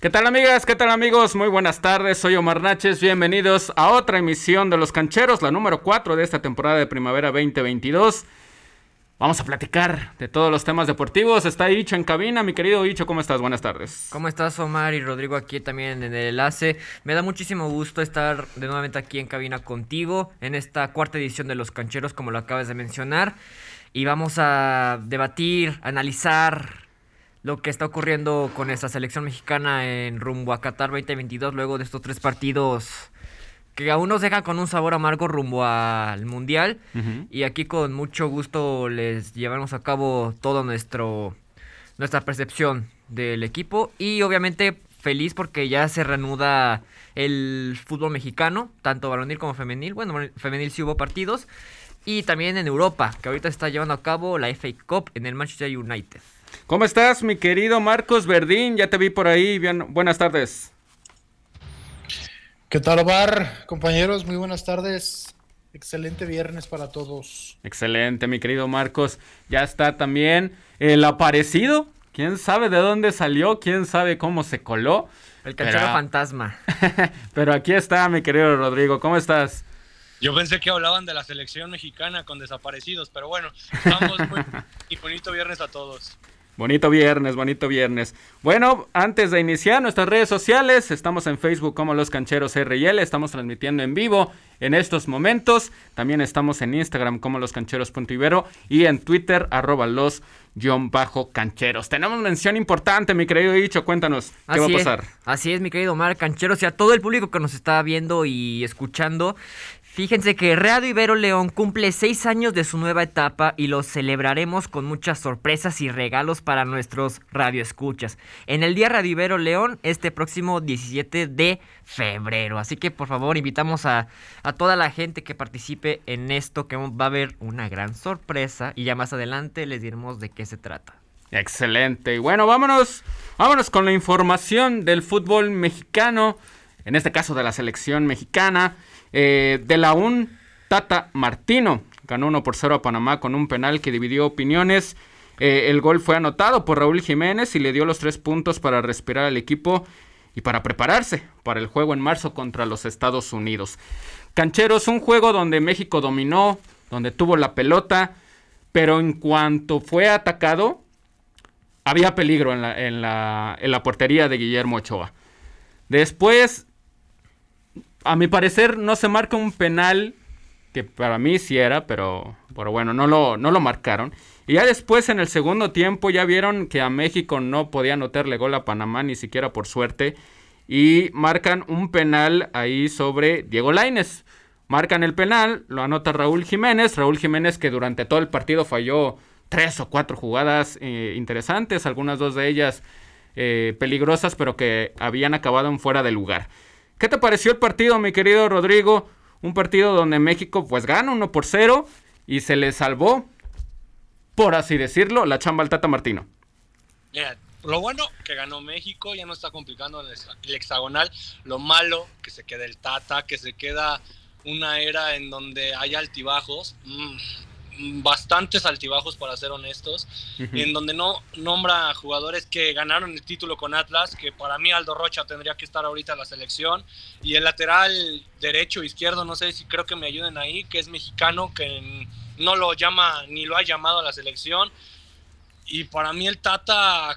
¿Qué tal amigas? ¿Qué tal amigos? Muy buenas tardes, soy Omar Náchez, bienvenidos a otra emisión de Los Cancheros, la número 4 de esta temporada de primavera 2022. Vamos a platicar de todos los temas deportivos. Está Icho en cabina. Mi querido Icho, ¿cómo estás? Buenas tardes. ¿Cómo estás, Omar? Y Rodrigo aquí también en el enlace. Me da muchísimo gusto estar de nuevamente aquí en cabina contigo en esta cuarta edición de Los Cancheros, como lo acabas de mencionar. Y vamos a debatir, analizar lo que está ocurriendo con esta selección mexicana en rumbo a Qatar 2022, luego de estos 3 partidos que aún nos dejan con un sabor amargo rumbo al Mundial. Y aquí con mucho gusto les llevamos a cabo toda nuestra percepción del equipo. Y obviamente feliz porque ya se reanuda el fútbol mexicano, tanto varonil como femenil. Bueno, femenil sí hubo partidos. Y también en Europa, que ahorita está llevando a cabo la FA Cup en el Manchester United. ¿Cómo estás, mi querido Marcos Verdín? Ya te vi por ahí. Bien, buenas tardes. ¿Qué tal, Omar? Compañeros, muy buenas tardes. Excelente viernes para todos. Excelente, mi querido Marcos. Ya está también el aparecido. ¿Quién sabe de dónde salió? ¿Quién sabe cómo se coló? El canchero fantasma. Pero aquí está, mi querido Rodrigo. ¿Cómo estás? Yo pensé que hablaban de la selección mexicana con desaparecidos, pero bueno, estamos y bonito viernes a todos. Bonito viernes, bonito viernes. Bueno, antes de iniciar nuestras redes sociales, estamos en Facebook como Los Cancheros RL, estamos transmitiendo en vivo en estos momentos. También estamos en Instagram como loscancheros.ibero y en Twitter @los_cancheros. Tenemos mención importante, mi querido Icho, cuéntanos, ¿qué va a pasar? Así es, mi querido Omar, cancheros y a todo el público que nos está viendo y escuchando. Fíjense que Radio Ibero León cumple 6 años de su nueva etapa y lo celebraremos con muchas sorpresas y regalos para nuestros radioescuchas en el Día Radio Ibero León este próximo 17 de febrero. Así que por favor invitamos a toda la gente que participe en esto, que va a haber una gran sorpresa y ya más adelante les diremos de qué se trata. Excelente. Y bueno, vámonos con la información del fútbol mexicano, en este caso de la selección mexicana. De la UN, Tata Martino ganó 1-0 a Panamá con un penal que dividió opiniones. El gol fue anotado por Raúl Jiménez y le dio los 3 puntos para respirar al equipo y para prepararse para el juego en marzo contra los Estados Unidos. Cancheros, un juego donde México dominó, donde tuvo la pelota, pero en cuanto fue atacado, había peligro en la portería de Guillermo Ochoa. Después, a mi parecer, no se marca un penal, que para mí sí era, pero bueno, no lo marcaron. Y ya después, en el segundo tiempo, ya vieron que a México no podía anotarle gol a Panamá, ni siquiera por suerte. Y marcan un penal ahí sobre Diego Lainez. Marcan el penal, lo anota Raúl Jiménez. Raúl Jiménez, que durante todo el partido falló 3 o 4 jugadas interesantes, algunas 2 de ellas peligrosas, pero que habían acabado en fuera de lugar. ¿Qué te pareció el partido, mi querido Rodrigo? Un partido donde México pues gana 1-0 y se le salvó, por así decirlo, la chamba al Tata Martino. Mira, lo bueno que ganó México, ya no está complicando el hexagonal. Lo malo que se queda el Tata, que se queda una era en donde hay altibajos. Bastantes altibajos, para ser honestos, en donde no nombra jugadores que ganaron el título con Atlas, que para mí Aldo Rocha tendría que estar ahorita en la selección, y el lateral derecho o izquierdo, no sé si creo que me ayuden ahí, que es mexicano, que no lo llama ni lo ha llamado a la selección. Y para mí el Tata,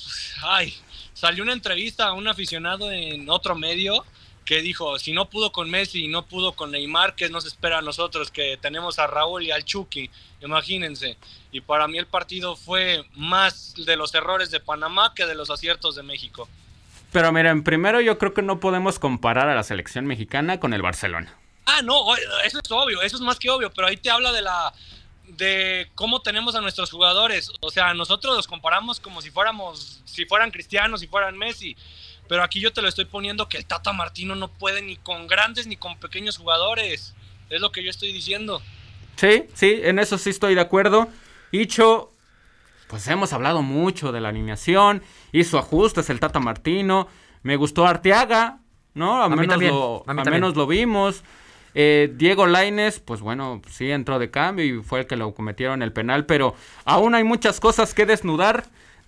salió una entrevista a un aficionado en otro medio que dijo, si no pudo con Messi y no pudo con Neymar, ¿qué nos espera a nosotros? Que tenemos a Raúl y al Chucky, imagínense. Y para mí el partido fue más de los errores de Panamá que de los aciertos de México. Pero miren, primero yo creo que no podemos comparar a la selección mexicana con el Barcelona. No, eso es obvio, eso es más que obvio, pero ahí te habla de cómo tenemos a nuestros jugadores. O sea, nosotros los comparamos como si fueran Cristianos, si fueran Messi. Pero aquí yo te lo estoy poniendo que el Tata Martino no puede ni con grandes ni con pequeños jugadores. Es lo que yo estoy diciendo. Sí, en eso sí estoy de acuerdo. Icho, pues hemos hablado mucho de la alineación, hizo ajustes el Tata Martino. Me gustó Arteaga, ¿no? Al menos lo vimos. Diego Lainez, pues bueno, sí entró de cambio y fue el que lo cometieron el penal, pero aún hay muchas cosas que desnudar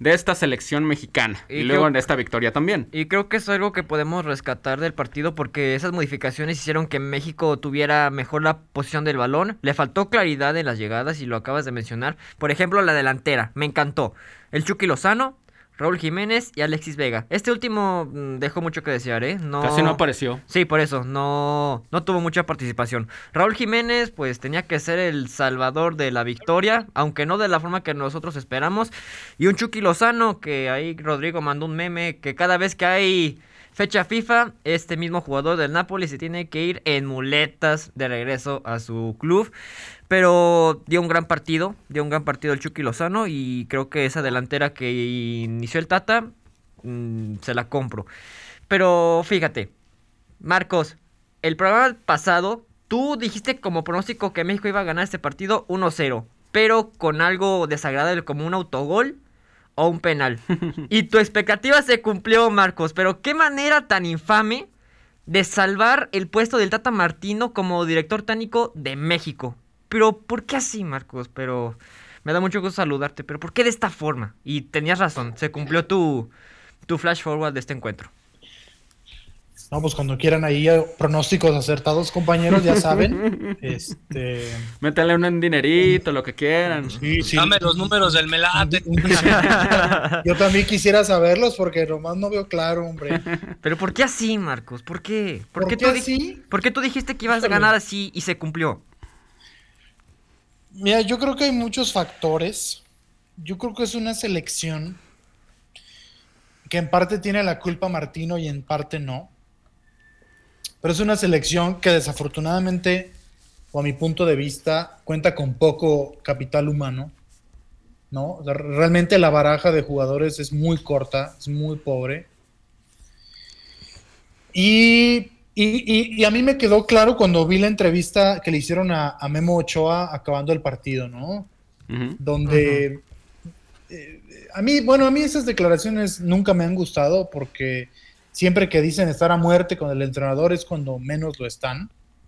de esta selección mexicana. Y luego de esta victoria también. Y creo que es algo que podemos rescatar del partido porque esas modificaciones hicieron que México tuviera mejor la posición del balón. Le faltó claridad en las llegadas y lo acabas de mencionar. Por ejemplo, la delantera. Me encantó. El Chucky Lozano, Raúl Jiménez y Alexis Vega. Este último dejó mucho que desear, ¿eh? Casi no apareció. Sí, por eso, no tuvo mucha participación. Raúl Jiménez, pues tenía que ser el salvador de la victoria, aunque no de la forma que nosotros esperamos. Y un Chucky Lozano, que ahí Rodrigo mandó un meme, que cada vez que hay fecha FIFA, este mismo jugador del Napoli se tiene que ir en muletas de regreso a su club. Pero dio un gran partido el Chucky Lozano y creo que esa delantera que inició el Tata, se la compro. Pero fíjate, Marcos, el programa pasado, tú dijiste como pronóstico que México iba a ganar este partido 1-0, pero con algo desagradable como un autogol o un penal. Y tu expectativa se cumplió, Marcos, pero qué manera tan infame de salvar el puesto del Tata Martino como director técnico de México. Pero, ¿por qué así, Marcos? Pero me da mucho gusto saludarte, pero ¿por qué de esta forma? Y tenías razón, se cumplió tu flash forward de este encuentro. No, pues cuando quieran ahí pronósticos acertados, compañeros, ya saben. Métale un dinerito, lo que quieran. Sí. Dame los números del Melate. Yo también quisiera saberlos porque nomás no veo claro, hombre. Pero ¿por qué así, Marcos? ¿Por qué? ¿Por qué así? ¿Por qué tú dijiste que ibas a ganar así y se cumplió? Mira, yo creo que hay muchos factores. Yo creo que es una selección que en parte tiene la culpa Martino y en parte no. Pero es una selección que desafortunadamente, o a mi punto de vista, cuenta con poco capital humano, ¿no? O sea, realmente la baraja de jugadores es muy corta, es muy pobre. Y a mí me quedó claro cuando vi la entrevista que le hicieron a Memo Ochoa acabando el partido, ¿no? Uh-huh. Donde a mí esas declaraciones nunca me han gustado porque siempre que dicen estar a muerte con el entrenador es cuando menos lo están.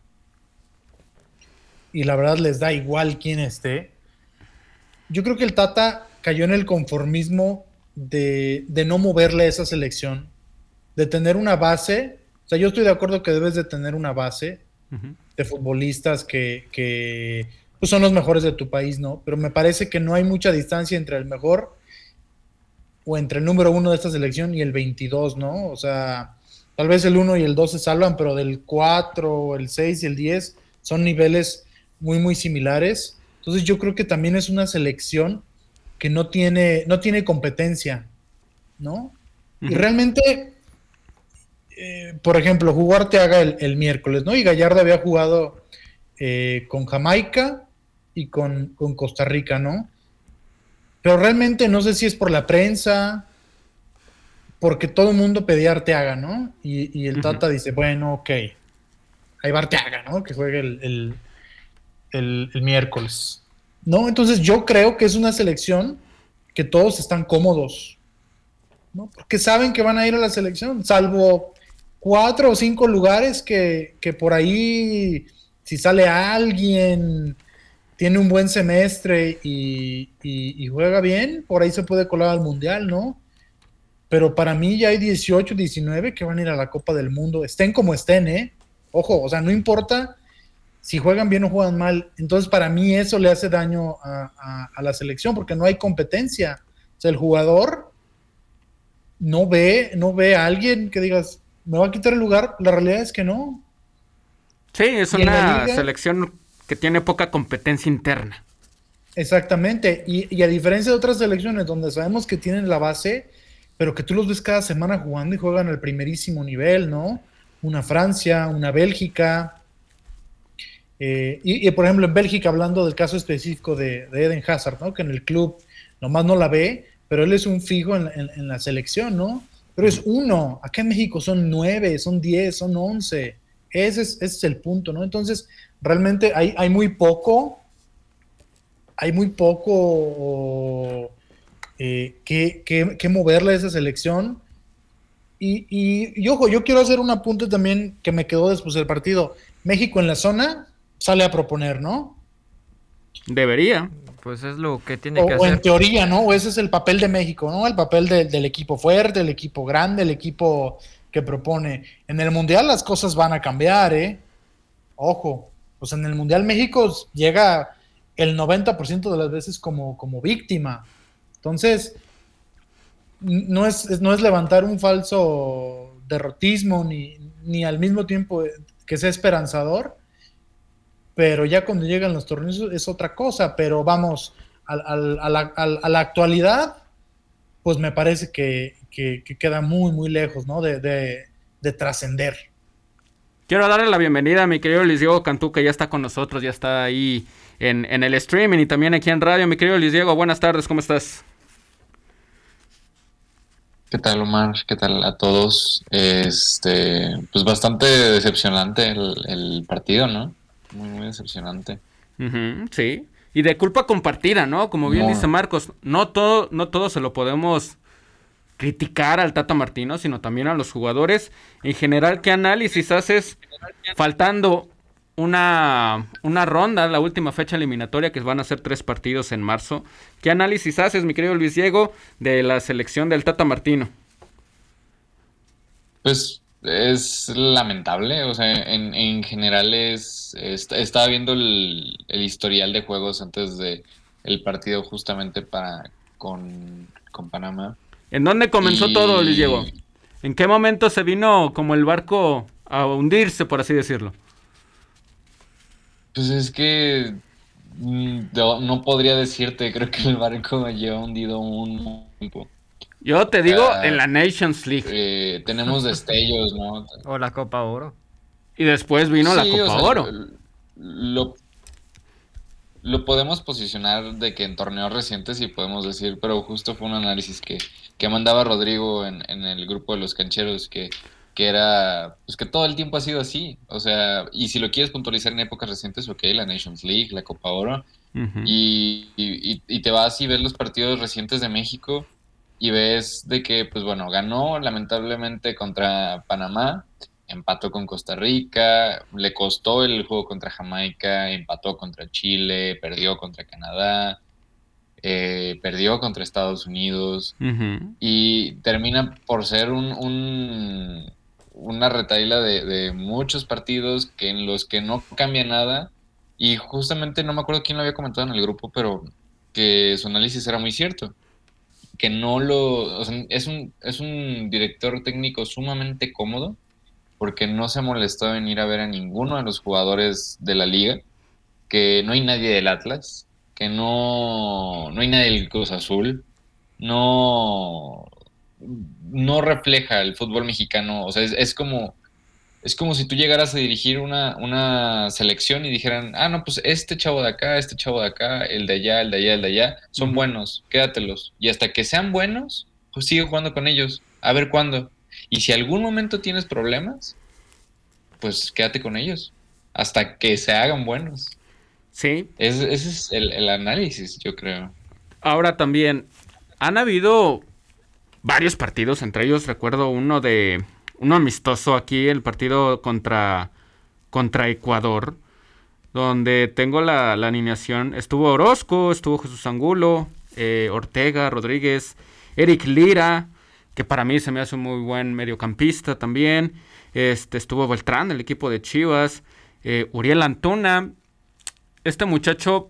Y la verdad les da igual quién esté. Yo creo que el Tata cayó en el conformismo de no moverle a esa selección, de tener una base. O sea, yo estoy de acuerdo que debes de tener una base de futbolistas que pues son los mejores de tu país, ¿no? Pero me parece que no hay mucha distancia entre el mejor o entre el número 1 de esta selección y el 22, ¿no? O sea, tal vez el 1 y el 2 se salvan, pero del 4, el 6 y el 10 son niveles muy, muy similares. Entonces yo creo que también es una selección que no tiene competencia, ¿no? Uh-huh. Y realmente... por ejemplo, jugó Arteaga el miércoles, ¿no? Y Gallardo había jugado con Jamaica y con Costa Rica, ¿no? Pero realmente no sé si es por la prensa, porque todo el mundo pedía a Arteaga, ¿no? Y el Tata dice, bueno, ok, ahí va Arteaga, ¿no? Que juegue el miércoles, ¿no? Entonces yo creo que es una selección que todos están cómodos, ¿no? Porque saben que van a ir a la selección, salvo 4 o 5 lugares que por ahí, si sale alguien, tiene un buen semestre y juega bien, por ahí se puede colar al Mundial, ¿no? Pero para mí ya hay 18, 19 que van a ir a la Copa del Mundo, estén como estén, ¿eh? Ojo, o sea, no importa si juegan bien o juegan mal. Entonces, para mí eso le hace daño a la selección, porque no hay competencia. O sea, el jugador no ve a alguien que digas, ¿me va a quitar el lugar? La realidad es que no. Sí, es una selección que tiene poca competencia interna. Exactamente, y a diferencia de otras selecciones donde sabemos que tienen la base, pero que tú los ves cada semana jugando y juegan al primerísimo nivel, ¿no? Una Francia, una Bélgica, y por ejemplo en Bélgica, hablando del caso específico de Eden Hazard, ¿no? Que en el club nomás no la ve, pero él es un fijo en la selección, ¿no? Pero es uno, acá en México son 9, son 10, son 11, ese es el punto, ¿no? Entonces, realmente hay muy poco que moverle a esa selección. Y ojo, yo quiero hacer un apunte también que me quedó después del partido. México en la zona sale a proponer, ¿no? Debería. Pues es lo que tiene que O en hacer. teoría, ¿no? O ese es el papel de México, ¿no? El papel del equipo fuerte, el equipo grande, el equipo que propone. En el Mundial las cosas van a cambiar, ¿eh? Ojo. Pues en el Mundial México llega el 90% de las veces como víctima. Entonces, no es levantar un falso derrotismo ni al mismo tiempo que sea esperanzador, pero ya cuando llegan los torneos es otra cosa. Pero vamos, a la actualidad, pues me parece que queda muy, muy lejos, ¿no? De trascender. Quiero darle la bienvenida a mi querido Luis Diego Cantú, que ya está con nosotros, ya está ahí en el streaming y también aquí en radio. Mi querido Luis Diego, buenas tardes, ¿cómo estás? ¿Qué tal, Omar? ¿Qué tal a todos? Pues bastante decepcionante el partido, ¿no? Muy, muy decepcionante. Sí, y de culpa compartida, ¿no? Como bien dice Marcos, no todo se lo podemos criticar al Tata Martino, sino también a los jugadores. En general, ¿qué análisis haces faltando una ronda, la última fecha eliminatoria, que van a ser 3 partidos en marzo? ¿Qué análisis haces, mi querido Luis Diego, de la selección del Tata Martino? Pues es lamentable, o sea, en general estaba viendo el historial de juegos antes de el partido justamente con Panamá. ¿En dónde comenzó todo, Luis Diego? ¿En qué momento se vino como el barco a hundirse, por así decirlo? Pues es que no podría decirte, creo que el barco lleva hundido un tiempo. Yo te digo, en la Nations League. Tenemos destellos, ¿no? O la Copa Oro. Y después vino la Copa Oro. Lo podemos posicionar de que en torneos recientes sí podemos decir, pero justo fue un análisis que mandaba Rodrigo en el grupo de los cancheros, que era, pues que todo el tiempo ha sido así, o sea, y si lo quieres puntualizar en épocas recientes, ok, la Nations League, la Copa Oro, y te vas y ves los partidos recientes de México y ves de que, pues bueno, ganó lamentablemente contra Panamá, empató con Costa Rica, le costó el juego contra Jamaica, empató contra Chile, perdió contra Canadá, perdió contra Estados Unidos, y termina por ser una retahíla de muchos partidos en los que no cambia nada, y justamente no me acuerdo quién lo había comentado en el grupo, pero que su análisis era muy cierto, que o sea, es un director técnico sumamente cómodo, porque no se molestó en ir a ver a ninguno de los jugadores de la liga, que no hay nadie del Atlas, que no hay nadie del Cruz Azul, no refleja el fútbol mexicano, o sea, es como si tú llegaras a dirigir una selección y dijeran, no, pues este chavo de acá, el de allá, el de allá, el de allá, son buenos, quédatelos, y hasta que sean buenos, pues sigue jugando con ellos, a ver cuándo. Y si algún momento tienes problemas, pues quédate con ellos hasta que se hagan buenos. Sí. Ese es el análisis, yo creo. Ahora también, han habido varios partidos, entre ellos recuerdo uno amistoso aquí, el partido contra Ecuador, donde tengo la alineación. Estuvo Orozco, estuvo Jesús Angulo, Ortega, Rodríguez, Eric Lira, que para mí se me hace un muy buen mediocampista también. Estuvo Beltrán, del equipo de Chivas, Uriel Antuna. Este muchacho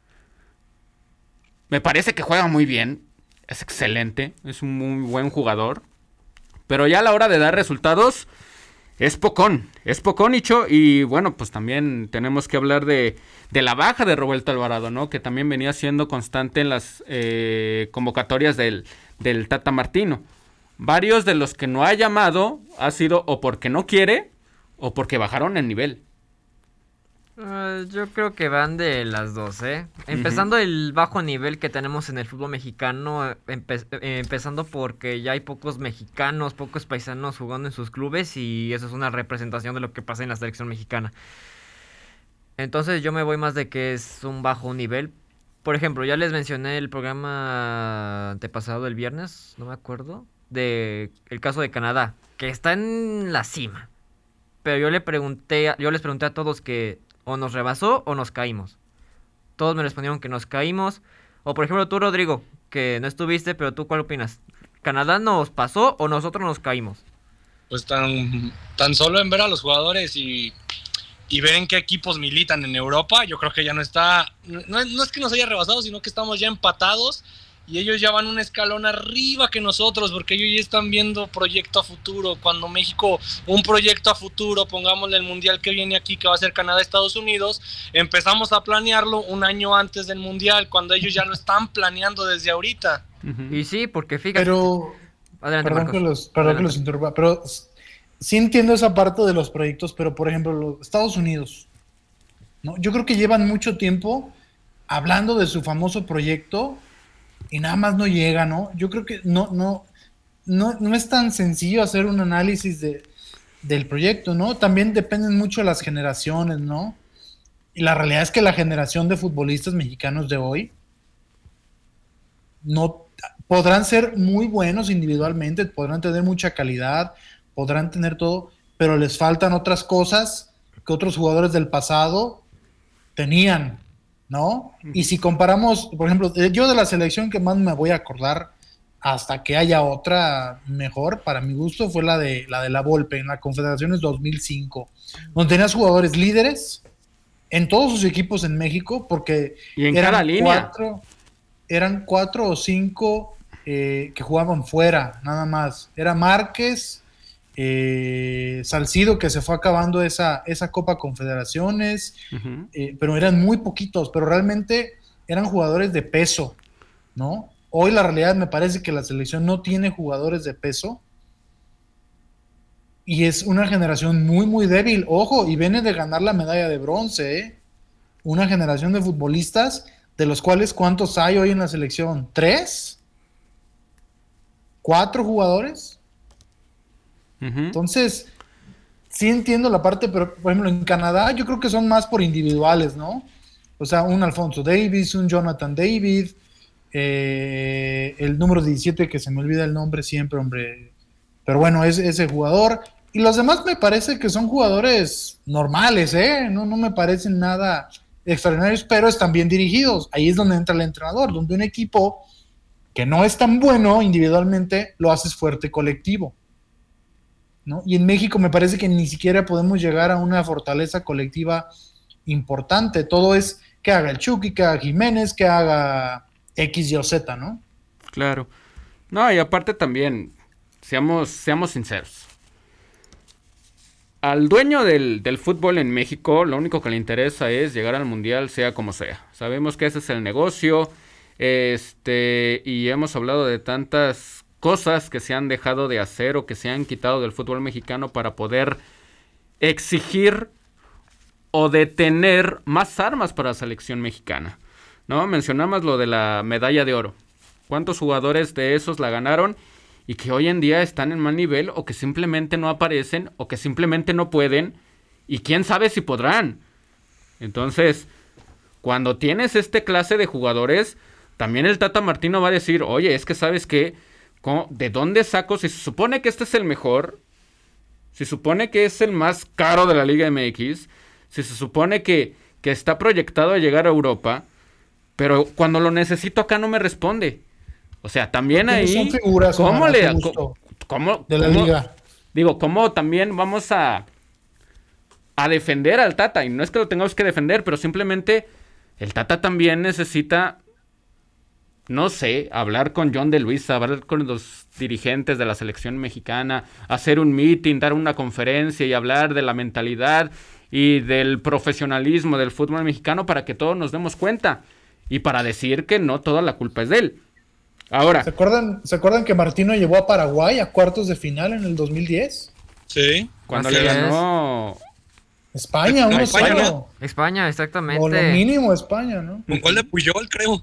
me parece que juega muy bien, es excelente, es un muy buen jugador, pero ya a la hora de dar resultados es pocón, Icho. Y bueno, pues también tenemos que hablar de la baja de Roberto Alvarado, ¿no? Que también venía siendo constante en las convocatorias del Tata Martino. Varios de los que no ha llamado ha sido o porque no quiere o porque bajaron el nivel. Yo creo que van de las dos, ¿eh? Empezando el bajo nivel que tenemos en el fútbol mexicano, empezando porque ya hay pocos mexicanos, pocos paisanos jugando en sus clubes, y eso es una representación de lo que pasa en la selección mexicana. Entonces yo me voy más de que es un bajo nivel. Por ejemplo, ya les mencioné el programa antepasado el viernes, no me acuerdo, de el caso de Canadá, que está en la cima. Pero yo les pregunté a todos que o nos rebasó o nos caímos. Todos me respondieron que nos caímos. O por ejemplo tú, Rodrigo, que no estuviste, pero tú, ¿cuál opinas? ¿Canadá nos pasó o nosotros nos caímos? Pues tan solo en ver a los jugadores y ver en qué equipos militan en Europa, yo creo que ya no está, no es que nos haya rebasado, sino que estamos ya empatados y ellos ya van un escalón arriba que nosotros, porque ellos ya están viendo proyecto a futuro. Cuando México, un proyecto a futuro, pongámosle el mundial que viene aquí, que va a ser Canadá-Estados Unidos, empezamos a planearlo un año antes del mundial, cuando ellos ya lo están planeando desde ahorita. Y sí, porque fíjate... Pero, Adelante, perdón Marcos. que los interrumpa, pero sí entiendo esa parte de los proyectos, pero por ejemplo, los Estados Unidos, ¿no? Yo creo que llevan mucho tiempo hablando de su famoso proyecto y nada más no llega, ¿no? Yo creo que no es tan sencillo hacer un análisis del proyecto, ¿no? También dependen mucho de las generaciones, ¿no? Y la realidad es que la generación de futbolistas mexicanos de hoy no podrán ser muy buenos individualmente, podrán tener mucha calidad, podrán tener todo, pero les faltan otras cosas que otros jugadores del pasado tenían, ¿no? Y si comparamos, por ejemplo, yo de la selección que más me voy a acordar hasta que haya otra mejor, para mi gusto, fue la de la Volpe en la Confederaciones 2005, donde tenías jugadores líderes en todos sus equipos en México, porque y en cada línea eran 4 o 5 que jugaban fuera, nada más. Era Márquez, Salcido, que se fue acabando esa Copa Confederaciones, pero eran muy poquitos, pero realmente eran jugadores de peso, ¿no? Hoy la realidad me parece que la selección no tiene jugadores de peso y es una generación muy, muy débil. Ojo, y viene de ganar la medalla de bronce, ¿eh? Una generación de futbolistas, de los cuales, ¿cuántos hay hoy en la selección? ¿3? ¿4 jugadores? Entonces, sí entiendo la parte, pero por ejemplo en Canadá yo creo que son más por individuales, ¿no? O sea, un Alfonso Davis, un Jonathan David, el número 17 que se me olvida el nombre siempre, hombre, pero bueno, es ese jugador, y los demás me parece que son jugadores normales, no me parecen nada extraordinarios, pero están bien dirigidos. Ahí es donde entra el entrenador, donde un equipo que no es tan bueno individualmente lo haces fuerte colectivo, ¿no? Y en México me parece que ni siquiera podemos llegar a una fortaleza colectiva importante. Todo es que haga el Chucky, que haga Jiménez, que haga X, Y o Z, ¿no? Claro. No, y aparte también, seamos sinceros. Al dueño del fútbol en México, lo único que le interesa es llegar al mundial, sea como sea. Sabemos que ese es el negocio, y hemos hablado de tantas cosas que se han dejado de hacer o que se han quitado del fútbol mexicano para poder exigir o detener más armas para la selección mexicana, ¿no? Mencionamos lo de la medalla de oro. ¿Cuántos jugadores de esos la ganaron y que hoy en día están en mal nivel o que simplemente no aparecen o que simplemente no pueden y quién sabe si podrán? Entonces, cuando tienes clase de jugadores, también el Tata Martino va a decir, oye, es que ¿sabes qué? ¿De dónde saco? Si se supone que este es el mejor, si se supone que es el más caro de la Liga MX, si se supone que está proyectado a llegar a Europa, pero cuando lo necesito acá no me responde. O sea, también ahí... Son figuras, ¿cómo de la liga? Digo, ¿cómo también vamos a defender al Tata? Y no es que lo tengamos que defender, pero simplemente el Tata también necesita... no sé, hablar con John de Luisa, hablar con los dirigentes de la selección mexicana, hacer un meeting, dar una conferencia y hablar de la mentalidad y del profesionalismo del fútbol mexicano para que todos nos demos cuenta y para decir que no toda la culpa es de él. Ahora, ¿Se acuerdan que Martino llevó a Paraguay a cuartos de final en el 2010? Sí. Cuando así le es. ganó... España, 1-0. España, exactamente. O lo mínimo España, ¿no? Un gol de Puyol, creo.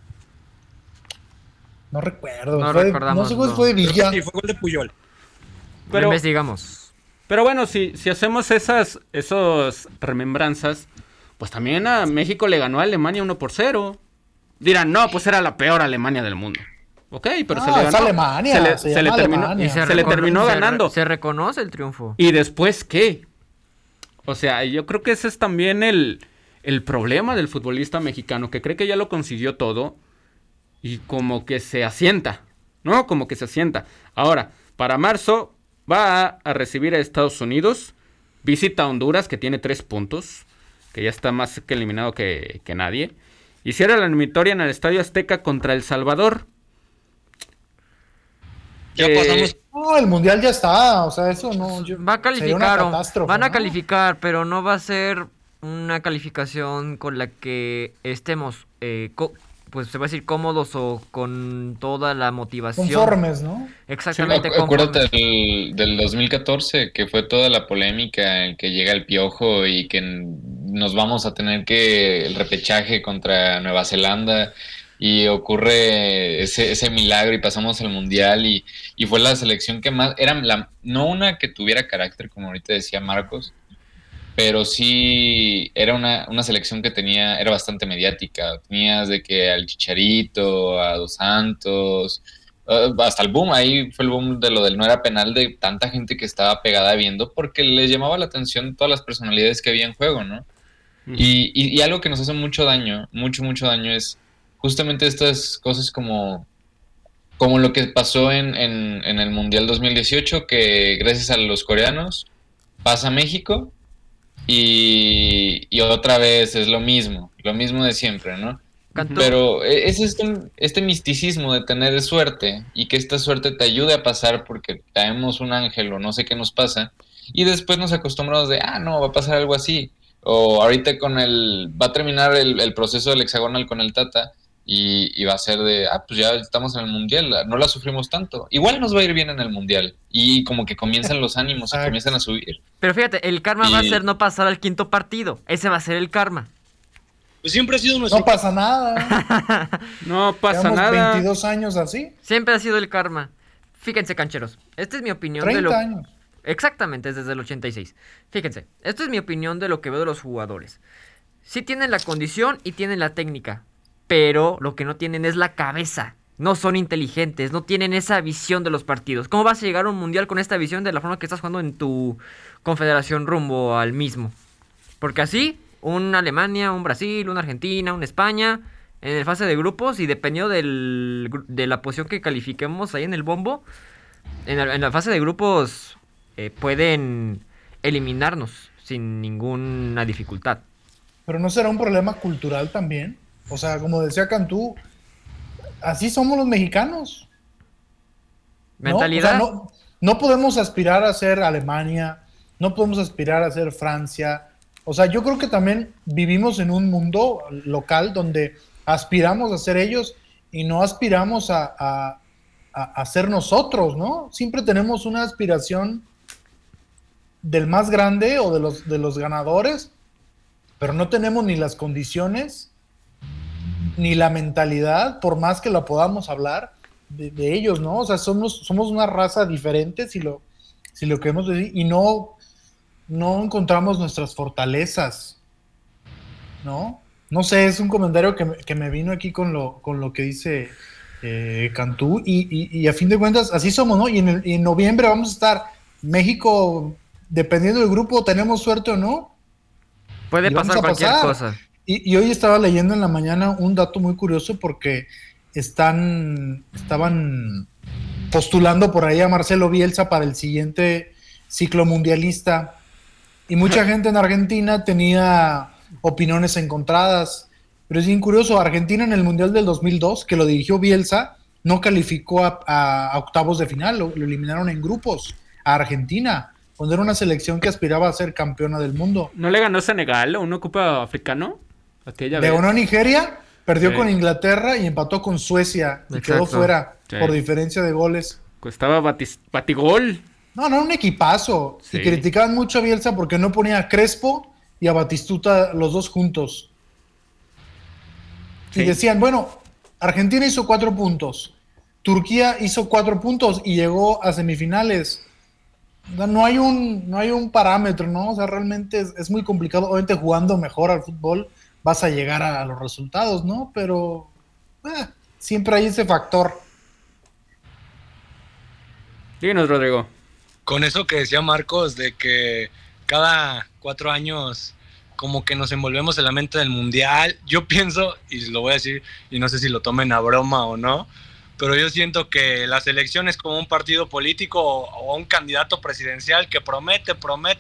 No recuerdo. No No recordamos, sé cuál no. fue de Villa. Sí, fue gol de Puyol. Pero- Lo investigamos. Pero bueno, si hacemos esas remembranzas, pues también a México le ganó a Alemania 1-0. Dirán, no, pues era la peor Alemania del mundo. Ok, pero se le es ganó. Alemania, Se le terminó, Alemania. se le terminó ganando. Se reconoce el triunfo. ¿Y después qué? O sea, yo creo que ese es también el el problema del futbolista mexicano, que cree que ya lo consiguió todo y como que se asienta, ¿no? Como que se asienta. Ahora, para marzo va a recibir a Estados Unidos, visita a Honduras, que tiene 3 puntos, que ya está más que eliminado que nadie, y cierra la eliminatoria en el Estadio Azteca contra El Salvador. Ya pasamos. No, el mundial ya está, o sea, eso no. Va a sería calificar, una catástrofe, van a ¿no? calificar, pero no va a ser una calificación con la que estemos, pues se va a decir cómodos o con toda la motivación. Conformes, ¿no? Exactamente, Acuérdate conformes. del 2014, que fue toda la polémica en que llega el Piojo y que nos vamos a tener que el repechaje contra Nueva Zelanda y ocurre ese milagro y pasamos al Mundial y fue la selección que más, no una que tuviera carácter, como ahorita decía Marcos, pero sí era una selección que era bastante mediática. Tenías de que al Chicharito, a Dos Santos, hasta el boom, ahí fue el boom de lo del no era penal, de tanta gente que estaba pegada viendo, porque les llamaba la atención todas las personalidades que había en juego, ¿no? Y algo que nos hace mucho daño, mucho daño, es justamente estas cosas como lo que pasó en el Mundial 2018, que gracias a los coreanos pasa México. Y otra vez es lo mismo de siempre, ¿no? Cantú. Pero es este misticismo de tener suerte y que esta suerte te ayude a pasar porque traemos un ángel o no sé qué nos pasa y después nos acostumbramos de, no, va a pasar algo así. O ahorita va a terminar el proceso del hexagonal con el Tata y va a ser de, pues ya estamos en el Mundial, no la sufrimos tanto. Igual nos va a ir bien en el Mundial y como que comienzan los ánimos y comienzan a subir. Pero fíjate, el karma va a ser no pasar al 5.º partido. Ese va a ser el karma. Pues siempre ha sido nuestro. No pasa nada. No pasa Llevamos nada. 22 años así. Siempre ha sido el karma. Fíjense, cancheros. Esta es mi opinión 30 años. Exactamente, desde el 86. Fíjense, esto es mi opinión de lo que veo de los jugadores. Sí tienen la condición y tienen la técnica, pero lo que no tienen es la cabeza. No son inteligentes, no tienen esa visión de los partidos. ¿Cómo vas a llegar a un mundial con esta visión de la forma que estás jugando en tu confederación rumbo al mismo? Porque así, un Alemania, un Brasil, una Argentina, una España, en el fase de grupos y dependiendo de la posición que califiquemos ahí en el bombo, en la fase de grupos pueden eliminarnos sin ninguna dificultad. Pero ¿no será un problema cultural también? O sea, como decía Cantú, así somos los mexicanos. Mentalidad. ¿No? O sea, no podemos aspirar a ser Alemania, no podemos aspirar a ser Francia. O sea, yo creo que también vivimos en un mundo local donde aspiramos a ser ellos y no aspiramos a ser nosotros, ¿no? Siempre tenemos una aspiración del más grande o de los ganadores, pero no tenemos ni las condiciones ni la mentalidad, por más que la podamos hablar de ellos, ¿no? O sea, somos una raza diferente, si lo queremos decir, y no encontramos nuestras fortalezas, ¿no? No sé, es un comentario que me vino aquí con lo que dice Cantú, y a fin de cuentas, así somos, ¿no? Y en noviembre vamos a estar México, dependiendo del grupo, tenemos suerte o no. Puede pasar cualquier cosa. Y hoy estaba leyendo en la mañana un dato muy curioso porque estaban postulando por ahí a Marcelo Bielsa para el siguiente ciclo mundialista y mucha gente en Argentina tenía opiniones encontradas, pero es bien curioso, Argentina en el Mundial del 2002, que lo dirigió Bielsa, no calificó a octavos de final, lo eliminaron en grupos a Argentina, cuando era una selección que aspiraba a ser campeona del mundo. ¿No le ganó Senegal o un ocupa africano? Aquella Le vez. ganó a Nigeria, perdió con Inglaterra y empató con Suecia y quedó fuera por diferencia de goles. Estaba batigol. No, un equipazo. Sí. Y criticaban mucho a Bielsa porque no ponía a Crespo y a Batistuta los dos juntos. Sí. Y decían, bueno, Argentina hizo 4 puntos, Turquía hizo 4 puntos y llegó a semifinales. No hay un parámetro, ¿no? O sea, realmente es muy complicado. Obviamente jugando mejor al fútbol vas a llegar a los resultados, ¿no? Pero siempre hay ese factor. Díganos, Rodrigo. Con eso que decía Marcos de que cada 4 años como que nos envolvemos en la mente del mundial. Yo pienso, y lo voy a decir, y no sé si lo tomen a broma o no, pero yo siento que la selección es como un partido político o un candidato presidencial que promete,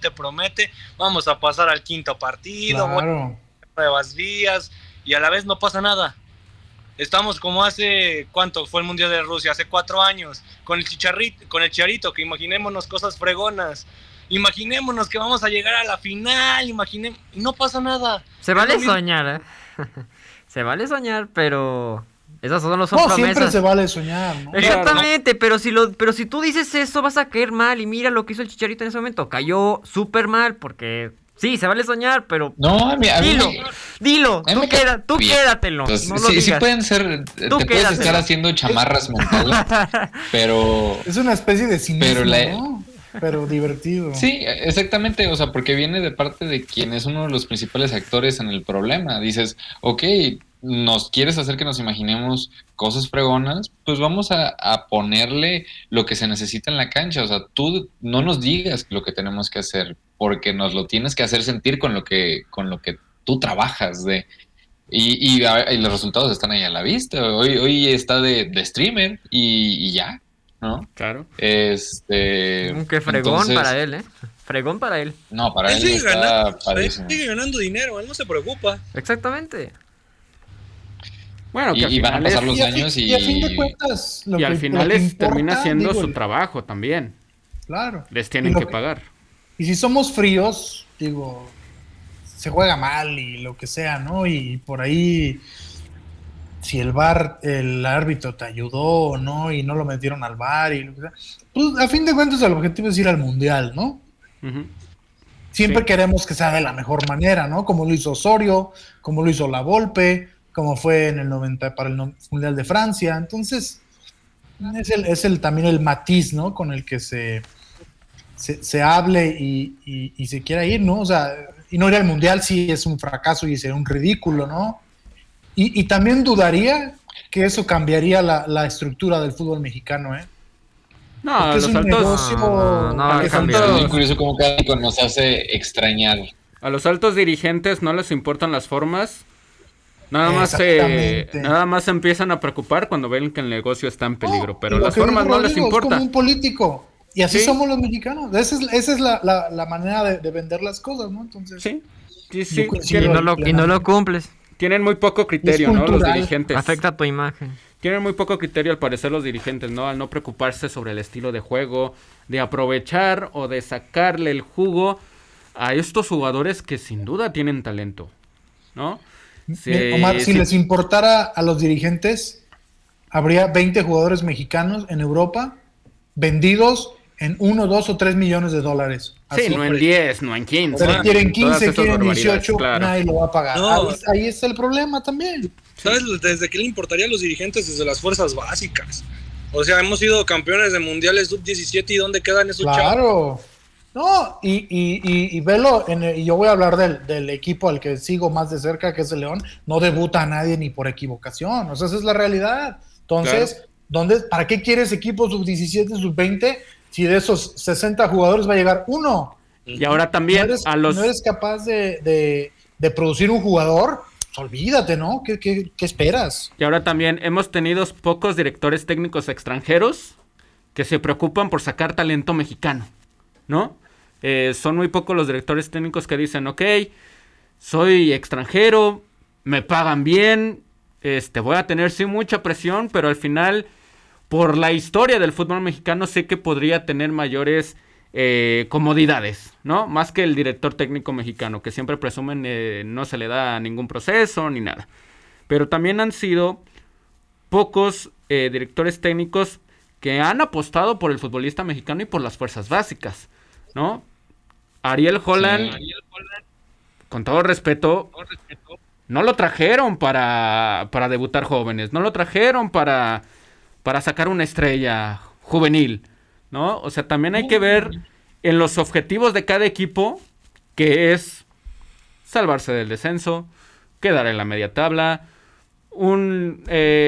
vamos a pasar al quinto partido, Claro. nuevas vías, y a la vez no pasa nada. Estamos como hace, ¿cuánto fue el Mundial de Rusia? Hace 4 años, con el Chicharito, que imaginémonos cosas fregonas. Imaginémonos que vamos a llegar a la final, y no pasa nada. Se vale soñar, ¿eh? Se vale soñar, pero esas no son No, siempre promesas. se vale soñar, ¿no? Exactamente, pero si tú dices eso vas a caer mal. Y mira lo que hizo el Chicharito en ese momento. Cayó súper mal porque sí, se vale soñar, pero No, a mí dilo, a mí me cae tú bien. quédatelo. Entonces, No lo sí digas. pueden ser, te Tú puedes quédatelo. estar haciendo chamarras mentales, pero Es una especie de cinismo, Pero ¿no? Pero divertido. sí, exactamente, o sea, porque viene de parte de quien es uno de los principales actores en el problema. Dices, ok, nos quieres hacer que nos imaginemos cosas fregonas, pues vamos a ponerle lo que se necesita en la cancha. O sea, tú no nos digas lo que tenemos que hacer, porque nos lo tienes que hacer sentir con lo que tú trabajas de. Y los resultados están ahí a la vista. Hoy está de streamer y ya, ¿no? Claro. Qué fregón Entonces, para él, ¿eh? Fregón para él. No, para él sigue está ganando, padrísimo. sigue ganando dinero, él no se preocupa. Exactamente. Bueno, que al Y van a final pasar es- los años y a fin de cuentas, y al final lo que termina importa, siendo digo, su trabajo también. Claro. Les tienen Y lo que pagar. Y si somos fríos, digo, se juega mal y lo que sea, ¿no? Y por ahí, si el árbitro te ayudó o no, y no lo metieron al VAR y lo que sea, pues a fin de cuentas el objetivo es ir al Mundial, ¿no? Ujú. Siempre Sí. queremos que sea de la mejor manera, ¿no? Como lo hizo Osorio, como lo hizo La Volpe, como fue en el 90 para el Mundial de Francia. Entonces, también el matiz, ¿no? Con el que se hable y se quiera ir, ¿no? O sea, y no ir al Mundial sí es un fracaso y sería un ridículo, ¿no? Y también dudaría que eso cambiaría la estructura del fútbol mexicano, ¿eh? No, Porque es los un altos, negocio No va a que Es cambiar. muy tanto- curioso cómo cada uno nos hace extrañar. a los altos dirigentes no les importan las formas. Nada Exactamente. más se empiezan a preocupar cuando ven que el negocio está en peligro, No, pero y lo las que formas dijo no les Rodrigo, es importa. como un político. Y así Sí. somos los mexicanos. Esa es la manera de vender las cosas, ¿no? Entonces, Sí, sí, Yo sí. coincido. Y Tienen, no lo cumples. tienen muy poco criterio, Es ¿no? Los cultural. dirigentes. Afecta tu imagen. Tienen muy poco criterio al parecer los dirigentes, ¿no? Al no preocuparse sobre el estilo de juego, de aprovechar o de sacarle el jugo a estos jugadores que sin duda tienen talento, ¿no? Mira, Omar, si les importara a los dirigentes, habría 20 jugadores mexicanos en Europa vendidos en 1, 2 o 3 millones de dólares. Sí, Así. no en 10, no en 15. Pero quieren Todas 15, esas quieren barbaridades, 18, claro. nadie lo va a pagar. No. Ahí está el problema también. ¿Sabes desde qué le importaría a los dirigentes? Desde las fuerzas básicas. O sea, hemos sido campeones de mundiales sub-17 y ¿dónde quedan esos chavos? Claro. No, y velo, y yo voy a hablar del equipo al que sigo más de cerca, que es el León. No debuta a nadie ni por equivocación. O sea, esa es la realidad. Entonces, ¿para qué quieres equipo sub-17, sub-20 si de esos 60 jugadores va a llegar uno? Y ahora también no eres capaz de producir un jugador, pues olvídate, ¿no? ¿Qué esperas? Y ahora también hemos tenido pocos directores técnicos extranjeros que se preocupan por sacar talento mexicano, ¿no? Son muy pocos los directores técnicos que dicen, ok, soy extranjero, me pagan bien, voy a tener sí mucha presión, pero al final, por la historia del fútbol mexicano, sé que podría tener mayores comodidades, ¿no? Más que el director técnico mexicano, que siempre presumen no se le da ningún proceso ni nada. Pero también han sido pocos directores técnicos que han apostado por el futbolista mexicano y por las fuerzas básicas, ¿no? Ariel Holland, Sí. con todo respeto, no lo trajeron para debutar jóvenes, no lo trajeron para sacar una estrella juvenil, ¿no? O sea, también hay que ver en los objetivos de cada equipo, que es salvarse del descenso, quedar en la media tabla, un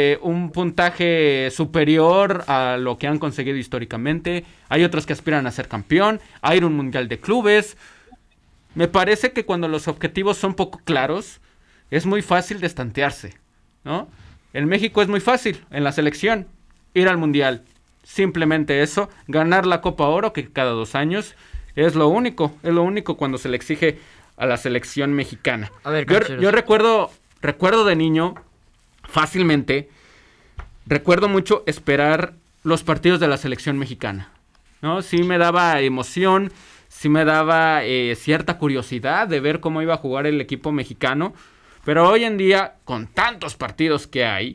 puntaje superior a lo que han conseguido históricamente. Hay otros que aspiran a ser campeón, a ir a un mundial de clubes. me parece que cuando los objetivos son poco claros, es muy fácil destantearse, ¿no? En México es muy fácil, en la selección, ir al Mundial. Simplemente eso, ganar la Copa Oro, que cada 2 años, es lo único cuando se le exige a la selección mexicana. A ver, yo recuerdo de niño, fácilmente, recuerdo mucho esperar los partidos de la selección mexicana, ¿no? Sí me daba emoción, sí me daba cierta curiosidad de ver cómo iba a jugar el equipo mexicano, pero hoy en día, con tantos partidos que hay,